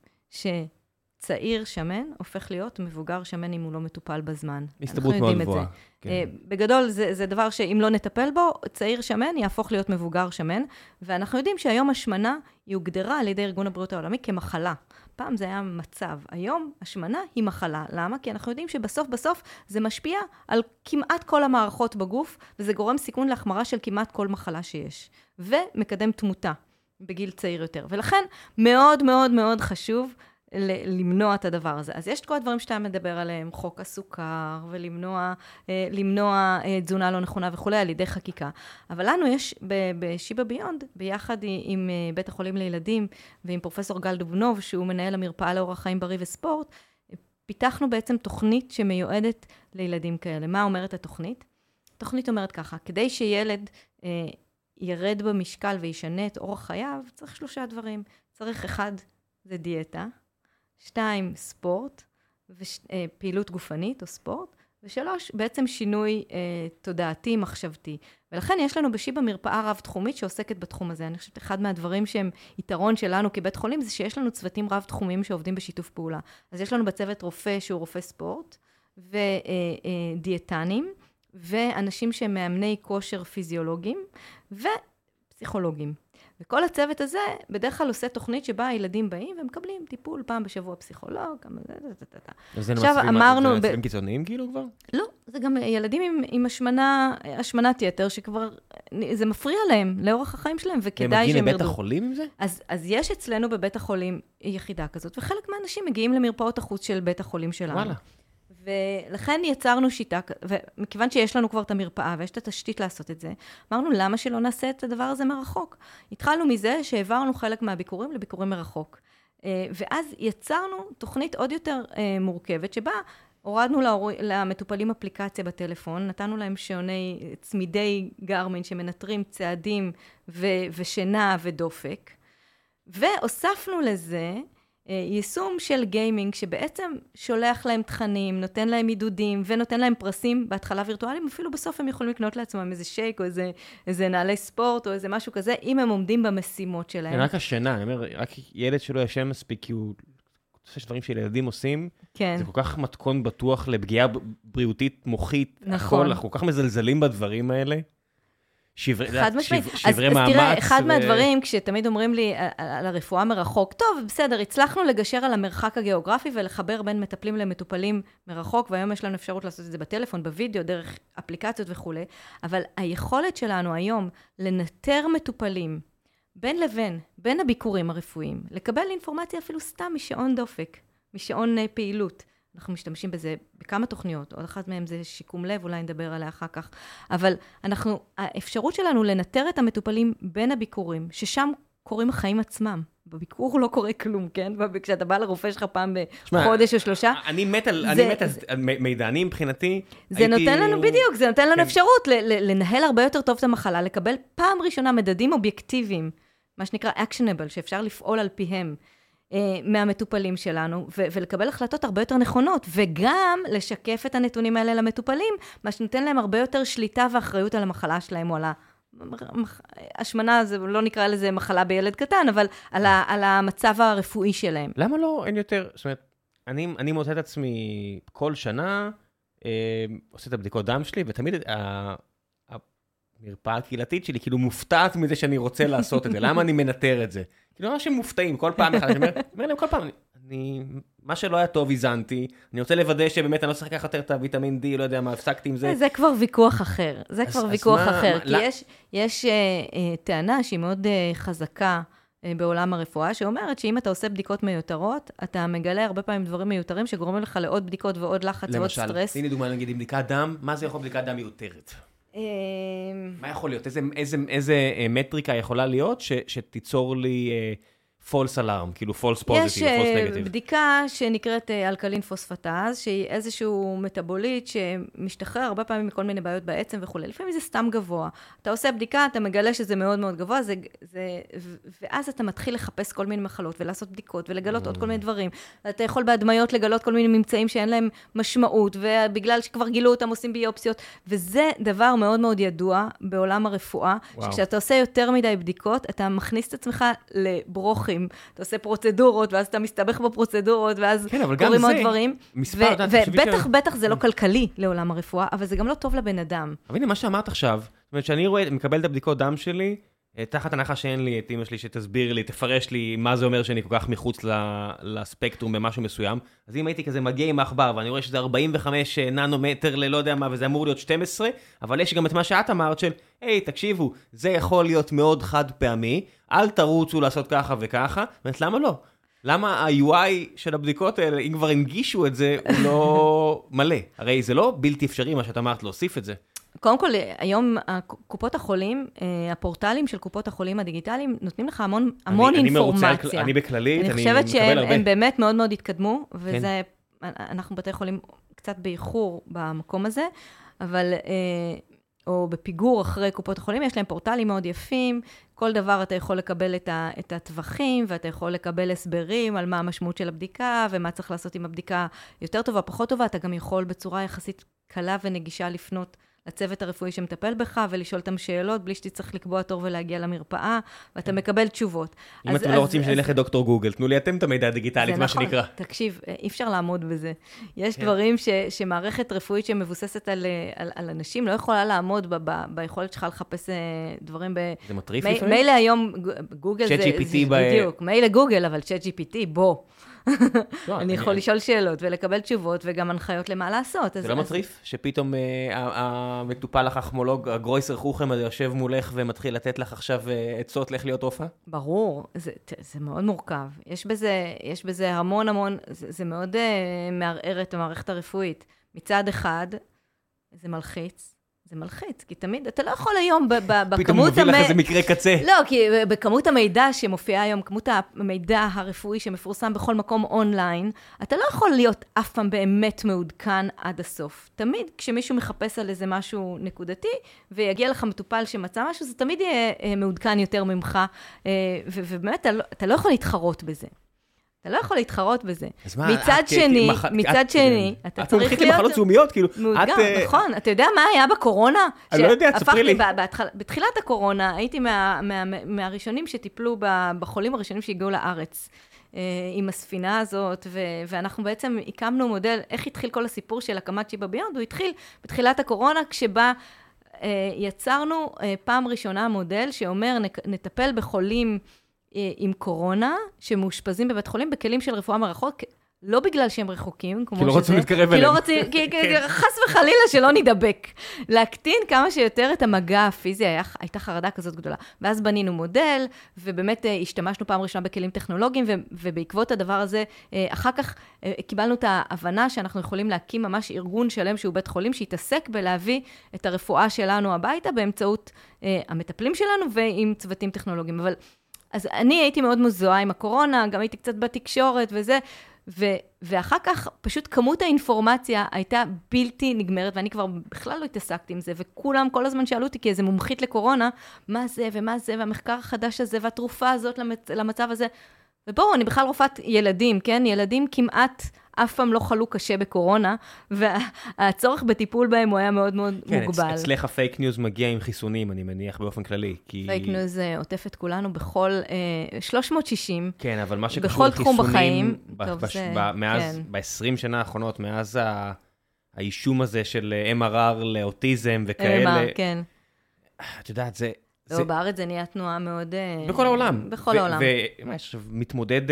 שצעיר שמן הופך להיות מבוגר שמן אם הוא לא מטופל בזמן. הסתברות מאוד גבוהה. בגדול זה דבר שאם לא נטפל בו, צעיר שמן יהפוך להיות מבוגר שמן, ואנחנו יודעים שהיום השמנה היא הוגדרה על ידי ארגון הבריאות העולמי כמחלה. פעם זה היה מצב, היום השמנה היא מחלה. למה? כי אנחנו יודעים שבסוף זה משפיע על כמעט כל המערכות בגוף, וזה גורם סיכון להחמרה של כמעט כל מחלה שיש, ומקדם תמותה. בגיל צעיר יותר. ולכן מאוד מאוד מאוד חשוב למנוע את הדבר הזה. אז יש את כל הדברים שאתה מדבר עליהם, חוק הסוכר, ולמנוע תזונה לא נכונה וכו', על ידי חקיקה. אבל לנו יש בשיבא ביונד, ביחד עם בית החולים לילדים, ועם פרופסור גל דובנוב, שהוא מנהל המרפאה לאורח חיים בריא וספורט, פיתחנו בעצם תוכנית שמיועדת לילדים כאלה. מה אומרת התוכנית? התוכנית אומרת ככה, כדי שילד ירד במשקל וישנה את אורח חייו, צריך 3 דברים. צריך 1, זה דיאטה, 2, ספורט, פעילות גופנית או ספורט, ו3, בעצם שינוי תודעתי, מחשבתי. ולכן יש לנו בשיבא מרפאה רב-תחומית שעוסקת בתחום הזה. אני חושבת, אחד מהדברים שהם יתרון שלנו כבית חולים, זה שיש לנו צוותים רב-תחומיים שעובדים בשיתוף פעולה. אז יש לנו בצוות רופא שהוא רופא ספורט, ודיאטנים, ואנשים שהם מאמני כושר פיזיולוגיים, ופסיכולוגים. וכל הצוות הזה בדרך כלל עושה תוכנית שבה הילדים באים ומקבלים טיפול פעם בשבוע פסיכולוג. אז זה מצבים קיצוניים כאילו כבר? לא, זה גם ילדים עם השמנת יתר שכבר, זה מפריע להם לאורך החיים שלהם, וכדאי שהם ירדו. הם מגיעים לבית החולים עם זה? אז יש אצלנו בבית החולים יחידה כזאת, וחלק מהאנשים מגיעים למרפאות החוץ של בית החולים שלנו. וואלה. ולכן יצרנו שיטה, ומכיוון שיש לנו כבר את המרפאה, ויש את התשתית לעשות את זה, אמרנו, למה שלא נעשה את הדבר הזה מרחוק? התחלנו מזה שהעברנו חלק מהביקורים לביקורים מרחוק. ואז יצרנו תוכנית עוד יותר מורכבת, שבה הורדנו למטופלים אפליקציה בטלפון, נתנו להם שעוני צמידי גרמין שמנטרים צעדים ושינה ודופק, והוספנו לזה יישום של גיימינג שבעצם שולח להם תכנים, נותן להם עידודים ונותן להם פרסים בהתחלה וירטואליים, אפילו בסוף הם יכולים לקנות לעצמם איזה שייק או איזה נעלי ספורט או איזה משהו כזה, אם הם עומדים במשימות שלהם. רק השינה, אני אומר, רק ילד שלא ישן מספיק, כי הוא יש דברים שילדים עושים, כן. זה כל כך מתכון בטוח לפגיעה בריאותית, מוחית, נכון. אנחנו כל כך מזלזלים בדברים האלה. חד משמעית. שברי מאמץ. אז תראה, אחד מהדברים, כשתמיד אומרים לי על הרפואה מרחוק, טוב, בסדר, הצלחנו לגשר על המרחק הגיאוגרפי ולחבר בין מטפלים למטופלים מרחוק, והיום יש לנו אפשרות לעשות את זה בטלפון, בווידאו, דרך אפליקציות וכו'. אבל היכולת שלנו היום לנטר מטופלים בין לבין, בין הביקורים הרפואיים, לקבל אינפורמציה אפילו סתם משעון דופק, משעון פעילות. אנחנו משתמשים בזה בכמה תוכניות, עוד אחת מהן זה שיקום לב, אולי נדבר עליה אחר כך. אבל האפשרות שלנו לנטר את המטופלים בין הביקורים, ששם קוראים החיים עצמם. בביקור לא קורה כלום, כן? כשאתה בא לרופא שלך פעם בחודש או 3. אני מת על מידענים מבחינתי. זה נותן לנו בדיוק, זה נותן לנו אפשרות לנהל הרבה יותר טוב את המחלה, לקבל פעם ראשונה מדדים אובייקטיביים, מה שנקרא actionable, שאפשר לפעול על פיהם. מהמטופלים שלנו, ולקבל החלטות הרבה יותר נכונות, וגם לשקף את הנתונים האלה למטופלים, מה שנותן להם הרבה יותר שליטה ואחריות על המחלה שלהם, או על השמנה, זה לא נקרא לזה מחלה בילד קטן, אבל על המצב הרפואי שלהם. למה לא? אין יותר, זאת אומרת, אני מוצא את עצמי כל שנה, עושה את הבדיקות דם שלי, ותמיד המרפאה הקהילתית שלי כאילו מופתעת מזה שאני רוצה לעשות את זה. למה אני מנטר את זה? כאילו ממש הם מופתעים, כל פעם אחד, אני אומר להם כל פעם, מה שלא היה טוב הזנתי, אני רוצה לוודא שבאמת אני לא צריך לקחת יותר את הוויטמין D, לא יודע מה, הפסקתי עם זה. זה כבר ויכוח אחר, כי יש טענה שהיא מאוד חזקה בעולם הרפואה, שאומרת שאם אתה עושה בדיקות מיותרות, אתה מגלה הרבה פעמים דברים מיותרים שגורמים לך לעוד בדיקות ועוד לחץ ועוד סטרס. למשל, תני לי דוגמה נגיד עם בדיקת דם, מה זה יכול בדיקת דם מיותרת? מה יכול להיות? איזה מטריקה יכולה להיות שתיצור לי false alarm, כאילו false positive, false negative? יש בדיקה שנקראת אלקלין פוספטאז, שהיא איזשהו מטאבוליט שמשתחרר הרבה פעמים מכל מיני בעיות בעצם וכו'. לפעמים זה סתם גבוה. אתה עושה בדיקה, אתה מגלה שזה מאוד מאוד גבוה, ואז אתה מתחיל לחפש כל מיני מחלות ולעשות בדיקות ולגלות עוד כל מיני דברים. אתה יכול בהדמיות לגלות כל מיני ממצאים שאין להם משמעות, ובגלל שכבר גילו אותם עושים ביופסיות, וזה דבר מאוד מאוד ידוע בעולם הרפואה, שכשאתה עושה יותר מדי בדיקות, אתה מכניס את עצמך לברוך אתה עושה פרוצדורות, ואז אתה מסתבך בפרוצדורות, ואז קוראים עוד דברים. ובטח זה לא כלכלי לעולם הרפואה, אבל זה גם לא טוב לבן אדם. אבל הנה, מה שאמרת עכשיו, זאת אומרת, שאני מקבל את הבדיקות דם שלי, תחת הנחה שאין לי את אמא שלי שתסביר לי, תפרש לי מה זה אומר שאני כל כך מחוץ לספקטרום במשהו מסוים, אז אם הייתי כזה מגיע עם האחבר, ואני רואה שזה 45 ננומטר ללא יודע מה, וזה אמור להיות 12, אבל יש גם את מה שאת אמרת של, היי, תקשיבו, זה יכול להיות מאוד חד פעמי, אל תרוצו לעשות ככה וככה, באמת, למה לא? למה ה-UI של הבדיקות האלה, אם כבר הנגישו את זה, הוא לא מלא? הרי זה לא בלתי אפשרי מה שאת אמרת, להוסיף את זה. קודם כל, היום קופות החולים, הפורטלים של קופות החולים הדיגיטליים, נותנים לך המון אינפורמציה. אני בכללית, אני חושבת שהם באמת מאוד מאוד התקדמו, וזה, אנחנו בתי חולים קצת באיחור במקום הזה, אבל, או בפיגור אחרי קופות החולים, יש להם פורטלים מאוד יפים, כל דבר אתה יכול לקבל את הטווחים, ואתה יכול לקבל הסברים על מה המשמעות של הבדיקה, ומה צריך לעשות עם הבדיקה יותר טובה, פחות טובה, אתה גם יכול בצורה יחסית קלה ונגישה לפנות לצוות הרפואי שמטפל בך, ולשאול אותם שאלות, בלי שתצטרך לקבוע תור ולהגיע למרפאה, ואתה מקבל תשובות. אם אתם לא רוצים שנלך לדוקטור גוגל, תנו לי אתם את המידע הדיגיטלית, מה שנקרא. תקשיב, אי אפשר לעמוד בזה. יש דברים שמערכת רפואית שמבוססת על אנשים, לא יכולה לעמוד ביכולת שלך לחפש דברים זה מטריף לפעמים? מילא היום, גוגל זה בדיוק, מילא גוגל, אבל ChatGPT, בוא. אני יכול לשאול שאלות ולקבל תשובות וגם הנחיות למה לעשות. זה לא מטריף שפתאום המטופל החכמולוג, הגרויסר חוכם הזה יושב מולך ומתחיל לתת לך עכשיו עצות לך להיות רופאה? ברור, זה מאוד מורכב. יש בזה המון, זה מאוד מערער את המערכת הרפואית. מצד אחד, זה מלחיץ. זה מלחיץ, כי תמיד, אתה לא יכול היום בכמות... פתאום מביא לך איזה מקרה קצה. לא, כי בכמות המידע שמופיע היום, כמות המידע הרפואי שמפורסם בכל מקום אונליין, אתה לא יכול להיות אף פעם באמת מעודכן עד הסוף. תמיד כשמישהו מחפש על איזה משהו נקודתי, ויגיע לך מטופל שמצא משהו, זה תמיד יהיה מעודכן יותר ממך, ובאמת אתה לא יכול להתחרות בזה. אתה לא יכול להתחרות בזה. מצד שני, אתה צריך להיות... את מומחית למחלות זיהומיות, כאילו... מעודגם, נכון. אתה יודע מה היה בקורונה? אני לא יודע, תספרי לי. בתחילת הקורונה, הייתי מהראשונים שטיפלו בחולים הראשונים שהגיעו לארץ. עם הספינה הזאת, ואנחנו בעצם הקמנו מודל, איך התחיל כל הסיפור של הקמת שיבה ביונד? הוא התחיל בתחילת הקורונה, כשבה יצרנו פעם ראשונה מודל שאומר, נטפל בחולים עם קורונה, שמאושפזים בבית חולים, בכלים של רפואה מרחוק, לא בגלל שהם רחוקים, כמו שזה. כי לא רוצים להתקרב אליהם. כי חס וחלילה שלא נדבק. להקטין כמה שיותר את המגע הפיזי, הייתה חרדה כזאת גדולה. ואז בנינו מודל, ובאמת השתמשנו פעם ראשונה בכלים טכנולוגיים, ובעקבות הדבר הזה, אחר כך קיבלנו את ההבנה שאנחנו יכולים להקים ממש ארגון שלם שהוא בית חולים, שיתעסק בלהביא את הרפואה שלנו הביתה, באמצעות המטפלים שלנו, ועם צוותים טכנולוגיים. אבל, אז אני הייתי מאוד מזוהה עם הקורונה, גם הייתי קצת בתקשורת וזה, ואחר כך פשוט כמות האינפורמציה הייתה בלתי נגמרת, ואני כבר בכלל לא התעסקתי עם זה, וכולם כל הזמן שאלו אותי כאיזה מומחית לקורונה, מה זה ומה זה, והמחקר החדש הזה, והתרופה הזאת למצב הזה, ובואו, אני בכלל רופאת ילדים, כן? ילדים כמעט אף פעם לא חלו קשה בקורונה, והצורך בטיפול בהם הוא היה מאוד מאוד מוגבל. כן, אצלך הפייק ניוז מגיע עם חיסונים, אני מניח באופן כללי. פייק ניוז עוטף את כולנו בכל 360, כן, אבל מה שקשור לחיסונים, ב-20 שנה האחרונות, מאז האישום הזה של MRR לאוטיזם וכאלה, כן. את יודעת, זה... לא, בארץ זה נהיה תנועה מאוד... בכל העולם. בכל העולם. ומתמודד...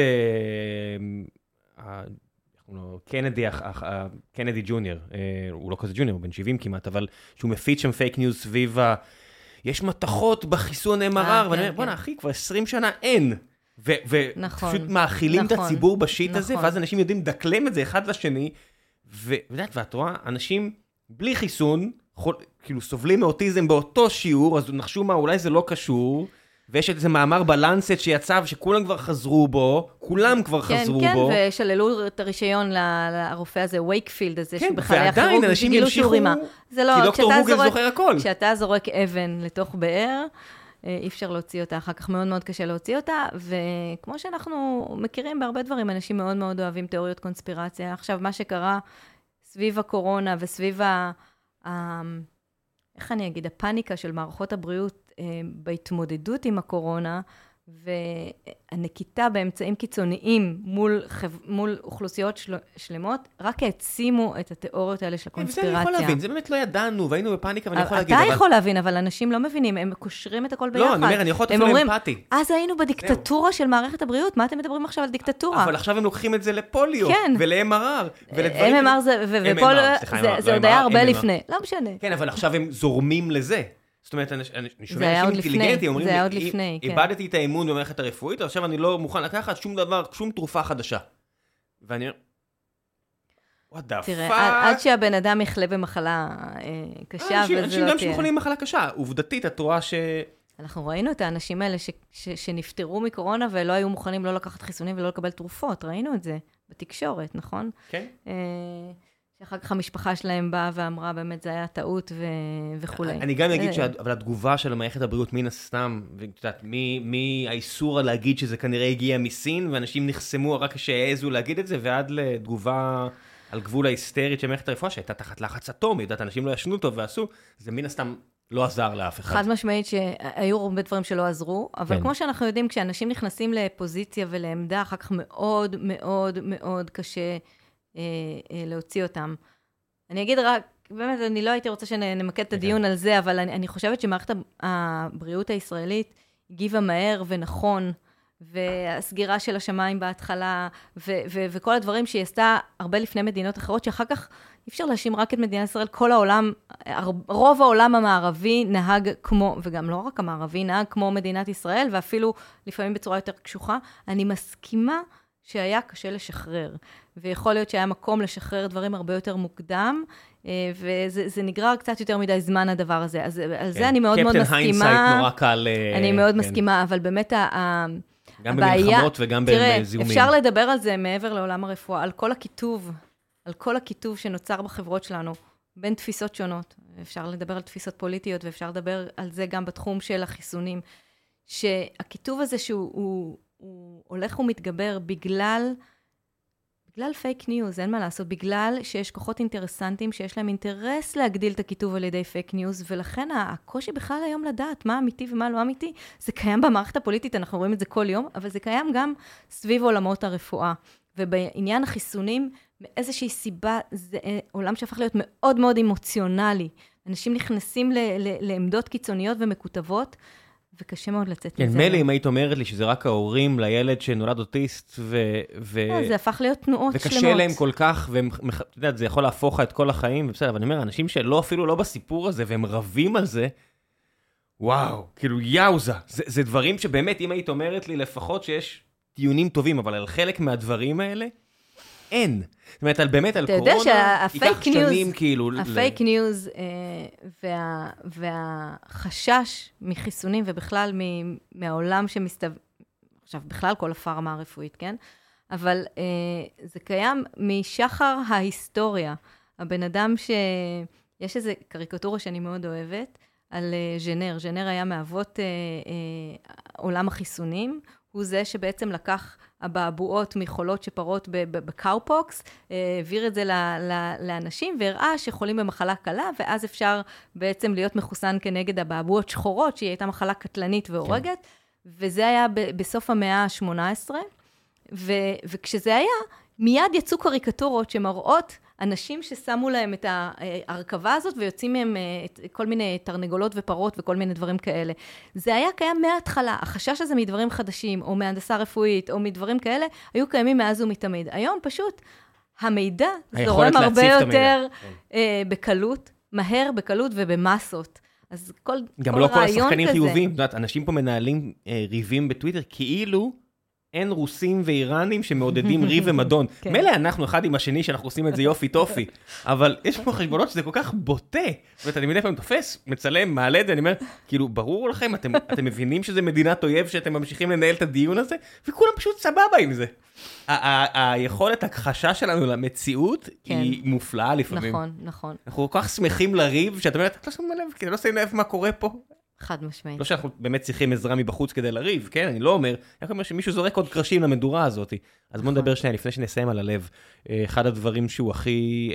קנדי ג'וניור, הוא לא כזה ג'וניור, הוא בן 70 כמעט, אבל שהוא מפיץ שם פייק ניוז סביב יש מתחות בחיסון MRR, ואני אומר, בוא'נה, אחי, כבר 20 שנה אין. ופשוט מאכילים את הציבור בשיט הזה, ואז אנשים יודעים דקלם את זה אחד לשני, ואת רואה, אנשים בלי חיסון, כאילו סובלים מאוטיזם באותו שיעור, אז נחשו מה, אולי זה לא קשור, ויש איזה מאמר בלנסט שיצא, שכולם כבר חזרו בו, כולם כבר חזרו בו. כן, ושללו את הרישיון לרופא הזה, וייקפילד הזה, כן, ועדיין אנשים ימשיכו, כי דוקטור גוגל זוכר הכל. כשאתה זורק אבן לתוך באר, אי אפשר להוציא אותה, אחר כך מאוד מאוד קשה להוציא אותה, וכמו שאנחנו מכירים בהרבה דברים, אנשים מאוד מאוד אוהבים תיאוריות קונספירציה. עכשיו, מה שקרה סביב הקורונה וסביב איך אני אגיד, הפאניקה של מערכות הבריאות בהתמודדות עם הקורונה, והנקיטה באמצעים קיצוניים מול אוכלוסיות שלמות, רק העצימו את התיאוריות האלה של הקונספירציה. וזה אני יכול להבין, זה באמת לא ידענו, והיינו בפאניקה, ואני יכול להגיד... אתה יכול להבין, אבל אנשים לא מבינים, הם קושרים את הכל ביחד. לא, אני אומר, אני יכול להיות אפילו אמפתי. אז היינו בדיקטטורה של מערכת הבריאות, מה אתם מדברים עכשיו על דיקטטורה? אבל עכשיו הם לוקחים את זה לפוליו, ול-MRR, ולדברים... זה עוד היה הרבה לפני, לא משנה. כן, אבל עכשיו הם זורמים לזה. זאת אומרת, אני שומע אנשים אינטליגנטים, אומרים לי, איבדתי את האמון במערכת הרפואית, עכשיו אני לא מוכן לקחת שום דבר, שום תרופה חדשה. ואני אומר, what the fuck? תראה, עד שהבן אדם יחלה במחלה קשה, וזה לא תהיה. אנשים גם שמחולים במחלה קשה. עובדתית, את רואה אנחנו ראינו את האנשים האלה שנפטרו מקורונה, ולא היו מוכנים לא לקחת חיסונים ולא לקבל תרופות. ראינו את זה בתקשורת, נכון? כן. שאחר כך המשפחה שלהם באה ואמרה, באמת זה היה טעות וכולי. אני גם אגיד אבל התגובה של מערכת הבריאות מן הסתם, ואת יודעת, מהאיסור להגיד שזה כנראה הגיע מסין, ואנשים נחסמו רק כשהעזו להגיד את זה, ועד לתגובה על גבול ההיסטרית של מערכת הרפואה, שהייתה תחת לחץ אטומי, יודעת, אנשים לא ישנו טוב ועשו, זה מן הסתם לא עזר לאף אחד. חד משמעית שהיו הרבה דברים שלא עזרו, אבל כמו שאנחנו יודעים, כשאנשים נכנסים לפוזיציה ולעמדה, אחר כך מאוד מאוד מאוד קשה להוציא אותם. אני אגיד רק, באמת, אני לא הייתי רוצה שנמקד את הדיון על זה, אבל אני חושבת שמערכת הבריאות הישראלית הגיבה מהר ונכון, והסגירה של השמיים בהתחלה, וכל הדברים שהיא עשתה הרבה לפני מדינות אחרות, שאחר כך אי אפשר להאשים רק את מדינת ישראל, כל העולם, רוב העולם המערבי נהג כמו, וגם לא רק המערבי, נהג כמו מדינת ישראל, ואפילו לפעמים בצורה יותר קשוחה. אני מסכימה שהיה קשה לשחרר, ויכול להיות שהיה מקום לשחרר דברים הרבה יותר מוקדם, וזה נגרר קצת יותר מדי זמן הדבר הזה. אז על זה אני מאוד מאוד מסכימה. קפטן היינסייט נורא קל. אני מאוד מסכימה, אבל באמת גם במלחמות וגם בזיהומים. תראה, אפשר לדבר על זה מעבר לעולם הרפואה, על כל הכיתוב שנוצר בחברות שלנו, בין תפיסות שונות. אפשר לדבר על תפיסות פוליטיות, ואפשר לדבר על זה גם בתחום של החיסונים, שהכיתוב הזה שהוא הולך ומתגבר בגלל בגלל פייק ניוז, אין מה לעשות, בגלל שיש כוחות אינטרסנטים שיש להם אינטרס להגדיל את הכיתוב על ידי פייק ניוז, ולכן הקושי בכלל היום לדעת מה אמיתי ומה לא אמיתי, זה קיים במערכת הפוליטית, אנחנו רואים את זה כל יום, אבל זה קיים גם סביב עולמות הרפואה. ובעניין החיסונים, מאיזושהי סיבה, זה עולם שהפך להיות מאוד מאוד אמוציונלי. אנשים נכנסים לעמדות קיצוניות ומקוטבות, וקשה מאוד לצאת מזה. כן, מלי, אם היית אומרת לי שזה רק ההורים לילד שנולד אוטיסט, זה הפך להיות תנועות שלמות. וקשה להם כל כך, ואתה יודע, זה יכול להפוך את כל החיים, ובסדר, אבל אני אומר, אנשים שלא אפילו לא בסיפור הזה, והם רבים על זה, וואו, כאילו יאוזה. זה דברים שבאמת, אם היית אומרת לי לפחות שיש טיעונים טובים, אבל על חלק מהדברים האלה, אין. זאת אומרת, באמת על קורונה, ייקח שנים כאילו... הפייק ניוז והחשש מחיסונים, ובכלל מהעולם עכשיו, בכלל כל הפארמה הרפואית, כן? אבל זה קיים משחר ההיסטוריה. הבן אדם יש איזו קריקטורה שאני מאוד אוהבת, על ז'נר. ז'נר היה מאבות עולם החיסונים, הוא זה שבעצם לקח הבעבועות מחולות שפרות בקאופוקס, העביר את זה לאנשים, והראה שחולים במחלה קלה, ואז אפשר בעצם להיות מחוסן כנגד הבעבועות שחורות, שהיא הייתה מחלה קטלנית והורגת, וזה היה בסוף המאה ה-18, וכשזה היה, מיד יצאו קריקטורות שמראות אנשים ששמו להם את ההרכבה הזאת, ויוצאים מהם כל מיני תרנגולות ופרות וכל מיני דברים כאלה. זה היה קיים מההתחלה. החשש הזה מדברים חדשים, או מהנדסה רפואית, או מדברים כאלה, היו קיימים מאז ומתמיד. היום פשוט המידע זורם הרבה יותר בקלות, מהר, בקלות ובמסות. אז כל רעיון כזה... גם לא כל השחקנים חיובים. אנשים פה מנהלים ריבים בטוויטר, כאילו... אין רוסים ואיראנים שמעודדים ריב ומדון. מלא אנחנו אחד עם השני שאנחנו עושים את זה יופי טופי, אבל יש פה חשבונות שזה כל כך בוטה, ואתה מדי פעם תופס, מצלם, מעלה את זה, אני אומר, כאילו, ברור לכם, אתם מבינים שזה מדינת אויב שאתם ממשיכים לנהל את הדיון הזה, וכולם פשוט סבבה עם זה. היכולת הכחשה שלנו למציאות היא מופלאה לפעמים. נכון, נכון. אנחנו כל כך שמחים לריב, שאת אומרת, לא שמים לב, כי לא שמים לב מה קורה פה. חד משמעית. לא שאנחנו באמת צריכים עזרה מבחוץ כדי לריב, כן? אני לא אומר, אני אומר שמישהו זורק עוד קרשים למדורה הזאת. אז בואו נדבר שנייה, לפני שנסיים על הלב. אחד הדברים שהוא הכי...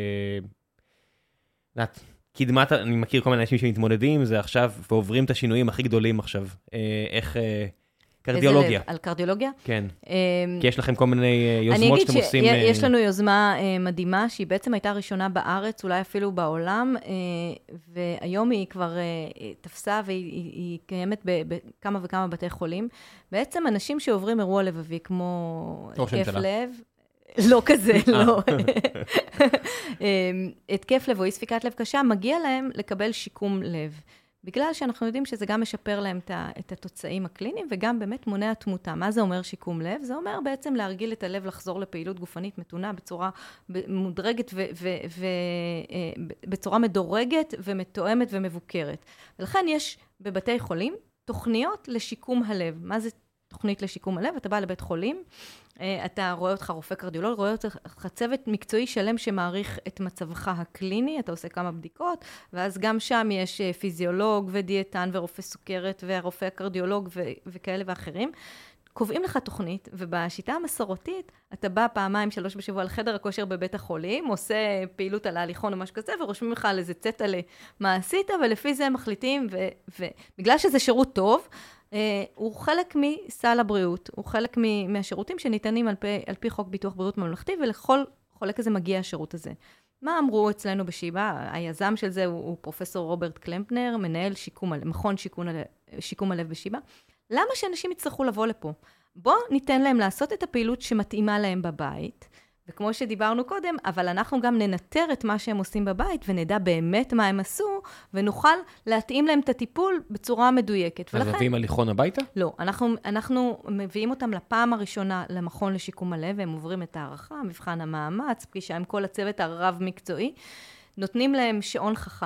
קדמת, אני מכיר כל מיני אנשים שמתמודדים, זה עכשיו, ועוברים את השינויים הכי גדולים עכשיו. איך... קרדיולוגיה. על קרדיולוגיה? כן. כי יש לכם כל מיני יוזמות שאתם עושים... אני אגיד שיש לנו יוזמה מדהימה, שהיא בעצם הייתה ראשונה בארץ, אולי אפילו בעולם, והיום היא כבר תפסה, והיא קיימת בכמה וכמה בתי חולים. בעצם אנשים שעוברים אירוע לבבי, כמו התקף לב, לא כזה, לא. התקף לב או אי ספיקת לב קשה, מגיע להם לקבל שיקום לב. בגלל שאנחנו יודעים שזה גם משפר להם את התוצאים הקליניים, וגם באמת מונע תמותה. מה זה אומר שיקום לב? זה אומר בעצם להרגיל את הלב לחזור לפעילות גופנית מתונה בצורה מודרגת בצורה מדורגת ומתואמת ומבוקרת. ולכן יש בבתי חולים תוכניות לשיקום הלב. מה זה תוכנית לשיקום הלב? אתה בא לבית חולים, אתה רואה אותך רופא קרדיולוג, רואה אותך צוות מקצועי שלם שמעריך את מצבך הקליני, אתה עושה כמה בדיקות, ואז גם שם יש פיזיולוג ודיאטן ורופא סוכרת והרופא הקרדיולוג וכאלה ואחרים. קובעים לך תוכנית, ובשיטה המסורתית, אתה בא 2-3 בשבוע לחדר הכושר בבית החולים, עושה פעילות על ההליכון או משהו כזה, ורושמים לך על איזה צטלה מה עשית, ולפי זה הם מחליטים, ובגלל שזה שירות טוב, הוא חלק מסל הבריאות, הוא חלק מהשירותים שניתנים על פי חוק ביטוח בריאות ממלכתי, ולכל חולה כזה מגיע השירות הזה. מה אמרו אצלנו בשיבא? היזם של זה הוא פרופסור רוברט קלמפנר, מנהל מכון שיקום הלב בשיבא. למה שאנשים יצטרכו לבוא לפה? בוא ניתן להם לעשות את הפעילות שמתאימה להם בבית, וכמו שדיברנו קודם, אבל אנחנו גם ננטר את מה שהם עושים בבית, ונדע באמת מה הם עשו, ונוכל להתאים להם את הטיפול בצורה מדויקת. אז מביאים הליכון הביתה? לא, אנחנו מביאים אותם לפעם הראשונה למכון לשיקום הלב, והם עוברים את הערכה, מבחן המאמץ, פגישה עם כל הצוות הרב מקצועי, נותנים להם שעון חכם,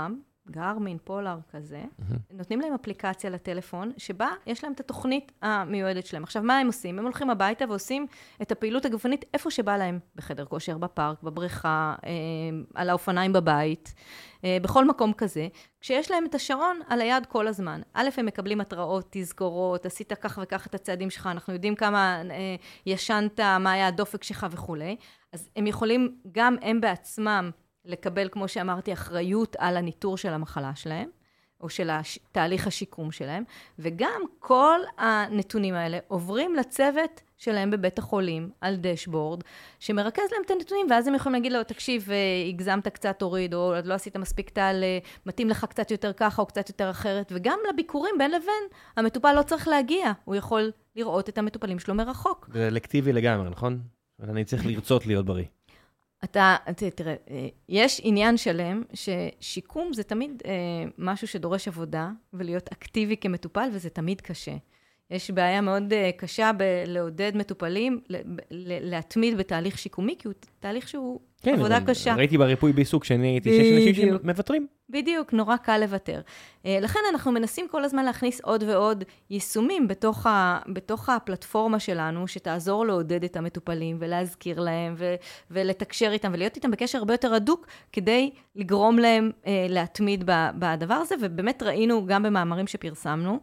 גרמין, פולר כזה, נותנים להם אפליקציה לטלפון, שבה יש להם את התוכנית המיועדת שלהם. עכשיו, מה הם עושים? הם הולכים הביתה ועושים את הפעילות הגופנית איפה שבא להם, בחדר כושר, בפארק, בבריכה, על האופניים בבית, בכל מקום כזה, כשיש להם את השעון על היד כל הזמן. א', הם מקבלים התראות, תזכורות, עשית כך וכך את הצעדים שלך, אנחנו יודעים כמה ישנת, מה היה הדופק שלך וכו'. אז הם יכולים, גם הם בעצמם, לקבל, כמו שאמרתי, אחריות על הניטור של המחלה שלהם, או של תהליך השיקום שלהם, וגם כל הנתונים האלה עוברים לצוות שלהם בבית החולים, על דשבורד, שמרכז להם את הנתונים, ואז הם יכולים להגיד לו, תקשיב, הגזמת קצת הוריד, או לא עשית מספיק טל, מתאים לך קצת יותר ככה, או קצת יותר אחרת, וגם לביקורים בין לבין, המטופל לא צריך להגיע, הוא יכול לראות את המטופלים שלו מרחוק. זה אלקטיבי לגמרי, נכון? אני צריך לרצות להיות בריא. תראה, יש עניין שלם ששיקום זה תמיד משהו שדורש עבודה, ולהיות אקטיבי כמטופל, וזה תמיד קשה. יש בעיה מאוד קשה לעודד מטופלים, להתמיד בתהליך שיקומי, כי הוא תהליך שהוא עבודה קשה. ראיתי בריפוי בעיסוק שאני הייתי שיש אנשים שמוותרים. בדיוק, נורא קל לוותר. לכן אנחנו מנסים כל הזמן להכניס עוד ועוד יישומים בתוך הפלטפורמה שלנו, שתעזור לעודד את המטופלים ולהזכיר להם ולתקשר איתם ולהיות איתם בקשר הרבה יותר הדוק, כדי לגרום להם להתמיד בדבר הזה, ובאמת ראינו גם במאמרים שפרסמנו,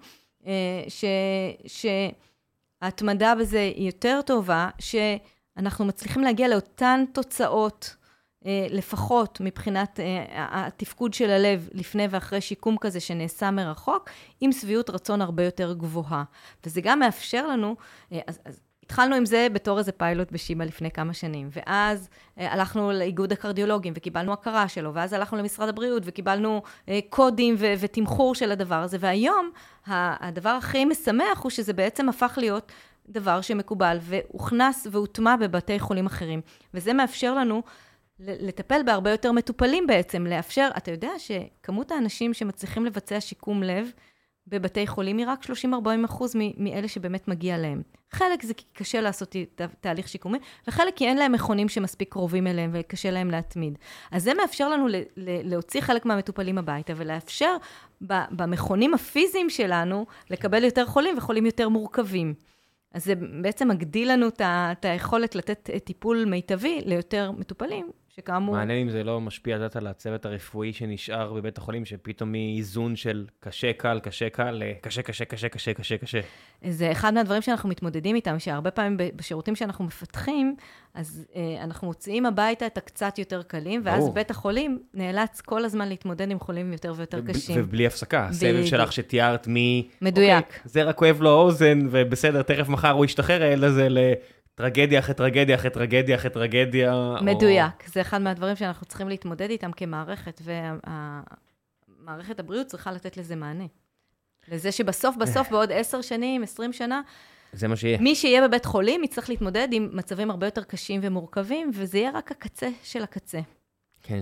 שההתמדה בזה היא יותר טובה, שאנחנו מצליחים להגיע לאותן תוצאות, לפחות מבחינת התפקוד של הלב לפני ואחרי שיקום כזה שנעשה מרחוק, עם סביעות רצון הרבה יותר גבוהה. וזה גם מאפשר לנו, אז התחלנו עם זה בתור איזה פיילוט בשיבא לפני כמה שנים, ואז הלכנו לאיגוד הקרדיולוגים וקיבלנו הכרה שלו, ואז הלכנו למשרד הבריאות וקיבלנו קודים ותמחור של הדבר הזה, והיום הדבר הכי משמח הוא שזה בעצם הפך להיות דבר שמקובל והוכנס והוטמע בבתי חולים אחרים, וזה מאפשר לנו לטפל בהרבה יותר מטופלים בעצם, לאפשר, אתה יודע שכמות האנשים שמצליחים לבצע שיקום לב, בבתי חולים היא רק 30-40% מאלה שבאמת מגיע להם. חלק זה קשה לעשות תהליך שיקומי, וחלק כי אין להם מכונים שמספיק קרובים אליהם וקשה להם להתמיד. אז זה מאפשר לנו להוציא חלק מהמטופלים הביתה, ולאפשר במכונים הפיזיים שלנו לקבל יותר חולים וחולים יותר מורכבים. אז זה בעצם מגדיל לנו את היכולת לתת טיפול מיטבי ליותר מטופלים, שכאמור... מעניין אם זה לא משפיע על הצוות הרפואי שנשאר בבית החולים, שפתאום מאיזון של קשה קל, קשה קל, קשה, קשה, קשה, קשה, קשה, קשה. זה אחד מהדברים שאנחנו מתמודדים איתם, שהרבה פעמים בשירותים שאנחנו מפתחים, אז אנחנו מוציאים הביתה את הקצת יותר קלים, ואז בית החולים נאלץ כל הזמן להתמודד עם חולים יותר ויותר קשים. ובלי הפסקה. הסבב שלך שתיארת מדויק. זה רק כואב לו האוזן, ובסדר, תכף מחר הוא ישתחרר, אלא זה טרגדיה אחרי טרגדיה אחרי טרגדיה אחרי טרגדיה. מדויק. זה אחד מהדברים שאנחנו צריכים להתמודד איתם כמערכת, ומערכת הבריאות צריכה לתת לזה מענה. לזה שבסוף, בעוד 10 שנים, 20 שנה, זה מה שיהיה. מי שיהיה בבית חולים יצטרך להתמודד עם מצבים הרבה יותר קשים ומורכבים, וזה יהיה רק הקצה של הקצה. כן,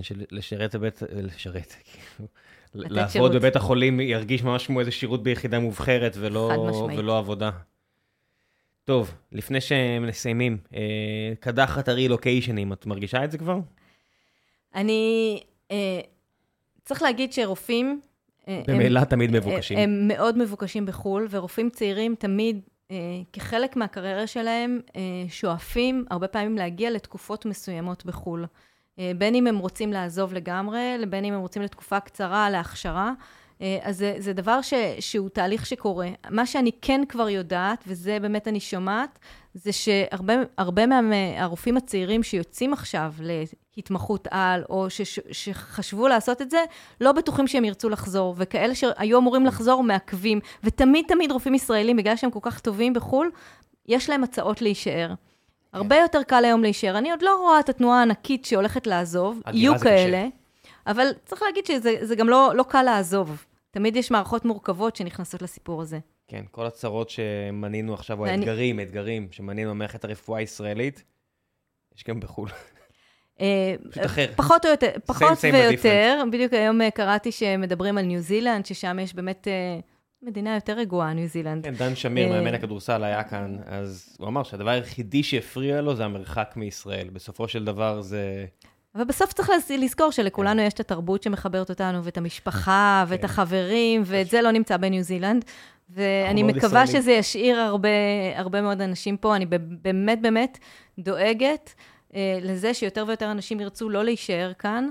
לעבוד בבית החולים ירגיש ממש כמו איזה שירות ביחידה מובחרת, ולא עבודה. טוב, לפני שמסיימים, קדחת הרילוקיישנים, את מרגישה את זה כבר? אני צריך להגיד שרופאים... במילא תמיד מבוקשים. הם מאוד מבוקשים בחול, ורופאים צעירים תמיד, כחלק מהקריירה שלהם, שואפים הרבה פעמים להגיע לתקופות מסוימות בחול. בין אם הם רוצים לעזוב לגמרי, לבין אם הם רוצים לתקופה קצרה להכשרה, אז זה דבר שהוא תהליך שקורה. מה שאני כן כבר יודעת, וזה באמת אני שומעת, זה שהרבה מהרופאים הצעירים שיוצאים עכשיו להתמחות על, או שחשבו לעשות את זה, לא בטוחים שהם ירצו לחזור, וכאלה שהיו אמורים לחזור מעכבים, ותמיד רופאים ישראלים, בגלל שהם כל כך טובים בחול, יש להם הצעות להישאר. הרבה יותר קל היום להישאר. אני עוד לא רואה את התנועה הענקית שהולכת לעזוב, יהיו כאלה, אבל צריך להגיד שזה גם לא קל לעזוב. תמיד יש מערכות מורכבות שנכנסות לסיפור הזה. כן, כל הצרות שמנינו עכשיו, או אתגרים שמנינו במערכת הרפואה הישראלית, יש גם בחול. פשוט אחר. פחות ויותר. בדיוק היום קראתי שמדברים על ניו זילנד, ששם יש באמת מדינה יותר רגועה, ניו זילנד. כן, דן שמיר, מאמן הכדורסל, היה כאן, אז הוא אמר שהדבר היחידי שהפריע לו זה המרחק מישראל. בסופו של דבר זה... אבל בסוף צריך לזכור שלכולנו יש את התרבות שמחברת אותנו, ואת המשפחה, ואת החברים, ואת זה לא נמצא בניו זילנד. ואני מקווה שזה ישאיר הרבה מאוד אנשים פה. אני באמת באמת דואגת לזה שיותר ויותר אנשים ירצו לא להישאר כאן,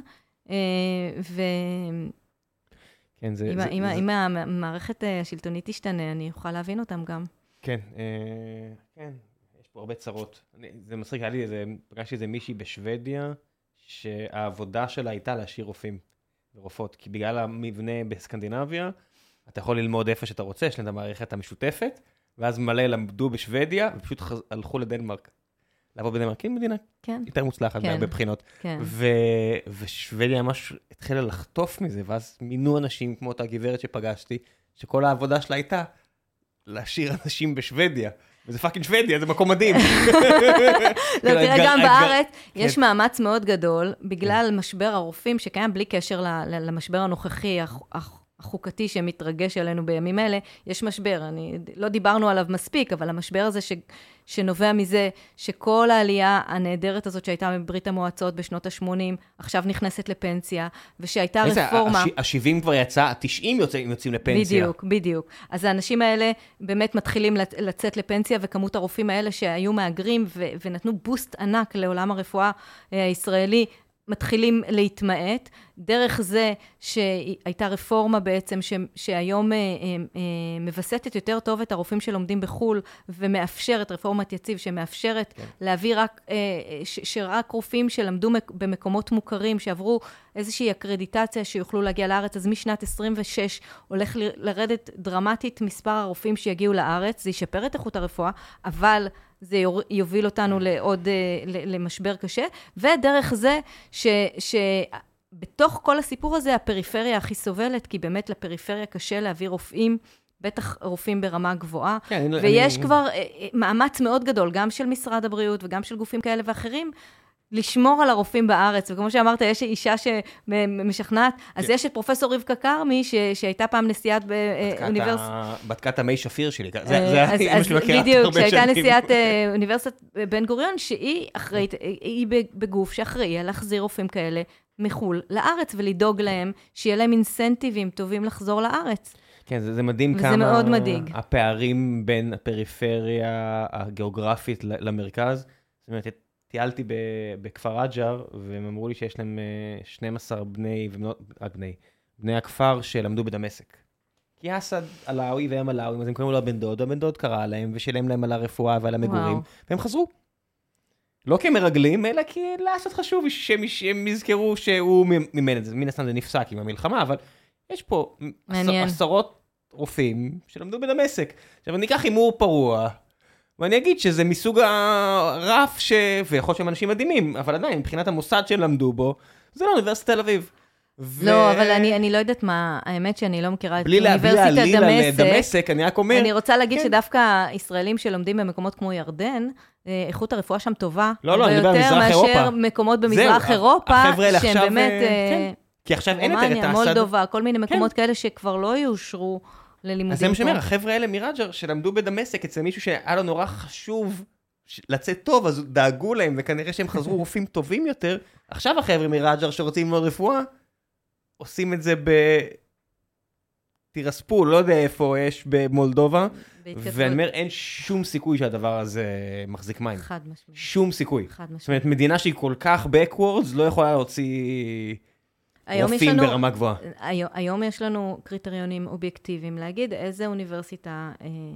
אם המערכת השלטונית תשתנה, אני אוכל להבין אותם גם. כן, יש פה הרבה צרות. זה מצחיק, פגשתי איזה מישהי בשוודיה, שהעבודה שלה הייתה להשאיר רופאים ורופאות, כי בגלל המבנה בסקנדינביה, אתה יכול ללמוד איפה שאתה רוצה, יש להם את המערכת המשותפת, ואז מלא למדו בשוודיה, ופשוט הלכו לדנמרק. לעבוד בדנמרק, היא מדינה יותר מוצלחת בהרבה בחינות. ושוודיה ממש התחילה לחטוף מזה, ואז מינו אנשים כמו אותה גברת שפגשתי, שכל העבודה שלה הייתה להשאיר אנשים בשוודיה. וזה פאקינג שוודיה, זה מקום מדהים. לא, תראה, גם בארץ יש מאמץ מאוד גדול, בגלל משבר הרופאים, שקיים בלי קשר למשבר הנוכחי, החוקתי שמתרגש עלינו בימים אלה, יש משבר, לא דיברנו עליו מספיק, אבל המשבר הזה שנובע מזה שכל העלייה הנהדרת הזאת שהייתה מברית המועצות בשנות ה-80, עכשיו נכנסת לפנסיה, ושהייתה רפורמה... ה-70 כבר יצא, ה-90 יוצאים לפנסיה. בדיוק. אז האנשים האלה באמת מתחילים לצאת לפנסיה, וכמות הרופאים האלה שהיו מאגרים ונתנו בוסט ענק לעולם הרפואה הישראלי, מתחילים להתמעט, דרך זה שהייתה רפורמה בעצם שהיום מבסטת יותר טוב את הרופאים שלומדים בחול, ומאפשרת רפורמת יציב שמאפשרת להביא שרק רופאים שלמדו במקומות מוכרים, שעברו איזושהי אקרדיטציה שיוכלו להגיע לארץ, אז משנת 26 הולך לרדת דרמטית מספר הרופאים שיגיעו לארץ, זה ישפר את איכות הרפואה, אבל זה יוביל אותנו למשבר קשה, ודרך זה שבתוך כל הסיפור הזה, הפריפריה הכי סובלת, כי באמת לפריפריה קשה להביא רופאים, בטח רופאים ברמה גבוהה, ויש כבר מאמץ מאוד גדול, גם של משרד הבריאות וגם של גופים כאלה ואחרים, לשמור על הרופאים בארץ, וכמו שאמרת, יש אישה שמשכנעת, אז יש את פרופסור רבקה כרמי, שהייתה פעם נשיאת באוניברסיטת... בדקת המי שפיר שלי, זה האמא שלי מכירה הרבה שנים. בדיוק, שהייתה נשיאת אוניברסיטת בן גוריון, שהיא אחראית, היא בגוף שאחראי על להחזיר רופאים כאלה מחול לארץ, ולדאוג להם, שיהיה להם אינסנטיבים טובים לחזור לארץ. כן, זה מדהים כמה הפערים בין הפריפריה הגיאוגרפית למרכז. זאת אומרת, טיילתי בכפר רג'ר, והם אמרו לי שיש להם 12 בני הכפר שלמדו בדמשק. כי אסד עלאוי והם עלאוי, אז הם קוראים לו הבן דוד, הבן דוד קרא להם, ושילם להם על הרפואה ועל המגורים, והם חזרו. לא כמרגלים, אלא כי לעשות חשוב, שהם יזכרו שהוא מימן את זה. מן הסתם זה נפסק עם המלחמה, אבל יש פה עשרות רופאים שלמדו בדמשק. עכשיו, אני אקח הימור פרוע, ואני אגיד שזה מסוג הרף ויכול להיות שהם אנשים מדהימים, אבל עדיין, מבחינת המוסד שהם למדו בו, זה לא אוניברסיטת תל אביב. לא, אבל אני לא יודעת מה, האמת שאני לא מכירה את אוניברסיטת דמשק, אני רק אומר... אני רוצה להגיד שדווקא ישראלים שלומדים במקומות כמו ירדן, איכות הרפואה שם טובה, לא, אני מדבר במזרח אירופה. מאשר מקומות במזרח אירופה, שהם באמת... כי עכשיו אין יותר את רומניה, מולדובה, כל מיני מקומות כאלה שכבר לא יאושרו ללימודים. אז זה מה שאומר, החבר'ה האלה מרג'ר שלמדו בדמשק אצל מישהו שהיה לו נורא חשוב לצאת טוב, אז דאגו להם, וכנראה שהם חזרו רופאים טובים יותר. עכשיו החבר'ה מרג'ר שרוצים ללמוד רפואה, עושים את זה תירספול, לא יודע איפה יש במולדובה, ואני אומר, אין שום סיכוי שהדבר הזה מחזיק מים. חד משמעית. שום סיכוי. זאת אומרת, מדינה שהיא כל כך backwards, לא יכולה להוציא רופאים ברמה גבוהה. היום יש לנו קריטריונים אובייקטיביים, להגיד איזה אוניברסיטה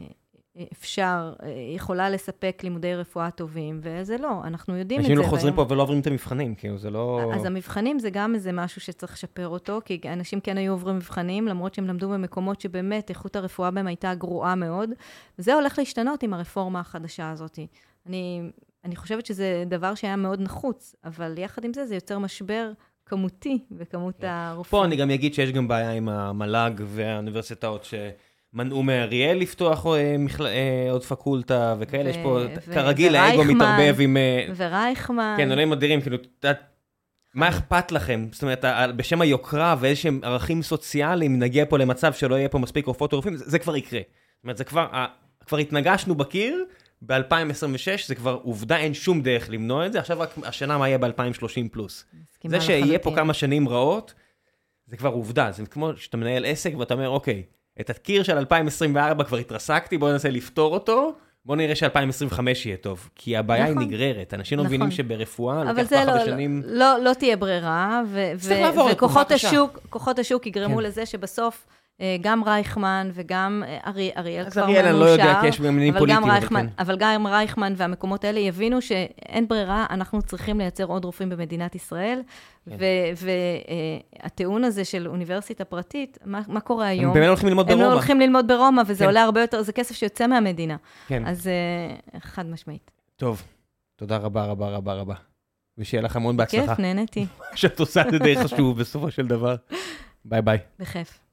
יכולה לספק לימודי רפואה טובים, ואיזה לא, אנחנו יודעים את זה. אנשים לא חוזרים פה ולא עוברים את המבחנים, כאילו זה לא... אז המבחנים זה גם איזה משהו שצריך לשפר אותו, כי אנשים כן היו עוברים מבחנים, למרות שהם למדו במקומות שבאמת איכות הרפואה בהם הייתה גרועה מאוד, וזה הולך להשתנות עם הרפורמה החדשה הזאת. אני חושבת שזה דבר שהיה מאוד נחוץ, אבל יחד עם זה, זה יוצר משבר כמותי בכמות הרופאים. פה אני גם אגיד שיש גם בעיה עם המל"ג והאוניברסיטאות מנעו מאריאל לפתוח עוד פקולטה וכאלה, יש פה כרגיל האגו מתערבב עם... ורייכמן. כן, אלוהים אדירים, כאילו, מה אכפת לכם? זאת אומרת, בשם היוקרה ואיזשהם ערכים סוציאליים, נגיע פה למצב שלא יהיה פה מספיק רופאות ורופאים, זה כבר יקרה. זאת אומרת, זה כבר התנגשנו בקיר, ב-2026 זה כבר עובדה, אין שום דרך למנוע את זה, עכשיו רק השנה מה יהיה ב-2030 פלוס. זה שיהיה פה כמה שנים רעות, זה כבר עובדה, זה כמו שאתה מנהל עסק ואתה אומר, אוקיי, את הקיר של 2024 כבר התרסקתי, בואו ננסה לפתור אותו, בואו נראה ש-2025 יהיה טוב, כי הבעיה היא נגררת, אנשים לא מבינים שברפואה, לקח פחד השנים... לא תהיה ברירה, וכוחות השוק יגרמו לזה שבסוף גם רייכמן וגם אריאל כבר מאושר, אבל גם רייכמן והמקומות האלה יבינו שאין ברירה, אנחנו צריכים לייצר עוד רופאים במדינת ישראל, והטיעון הזה של אוניברסיטה פרטית, מה קורה היום? הם באמת הולכים ללמוד ברומא. הם הולכים ללמוד ברומא, וזה עולה הרבה יותר, זה כסף שיוצא מהמדינה. אז חד משמעית. טוב, תודה רבה רבה רבה רבה. ושיהיה לך המון בהצלחה. כיף, נהניתי. שאת עושה את זה די חשוב בסופו של דבר. ביי ביי. בכיף.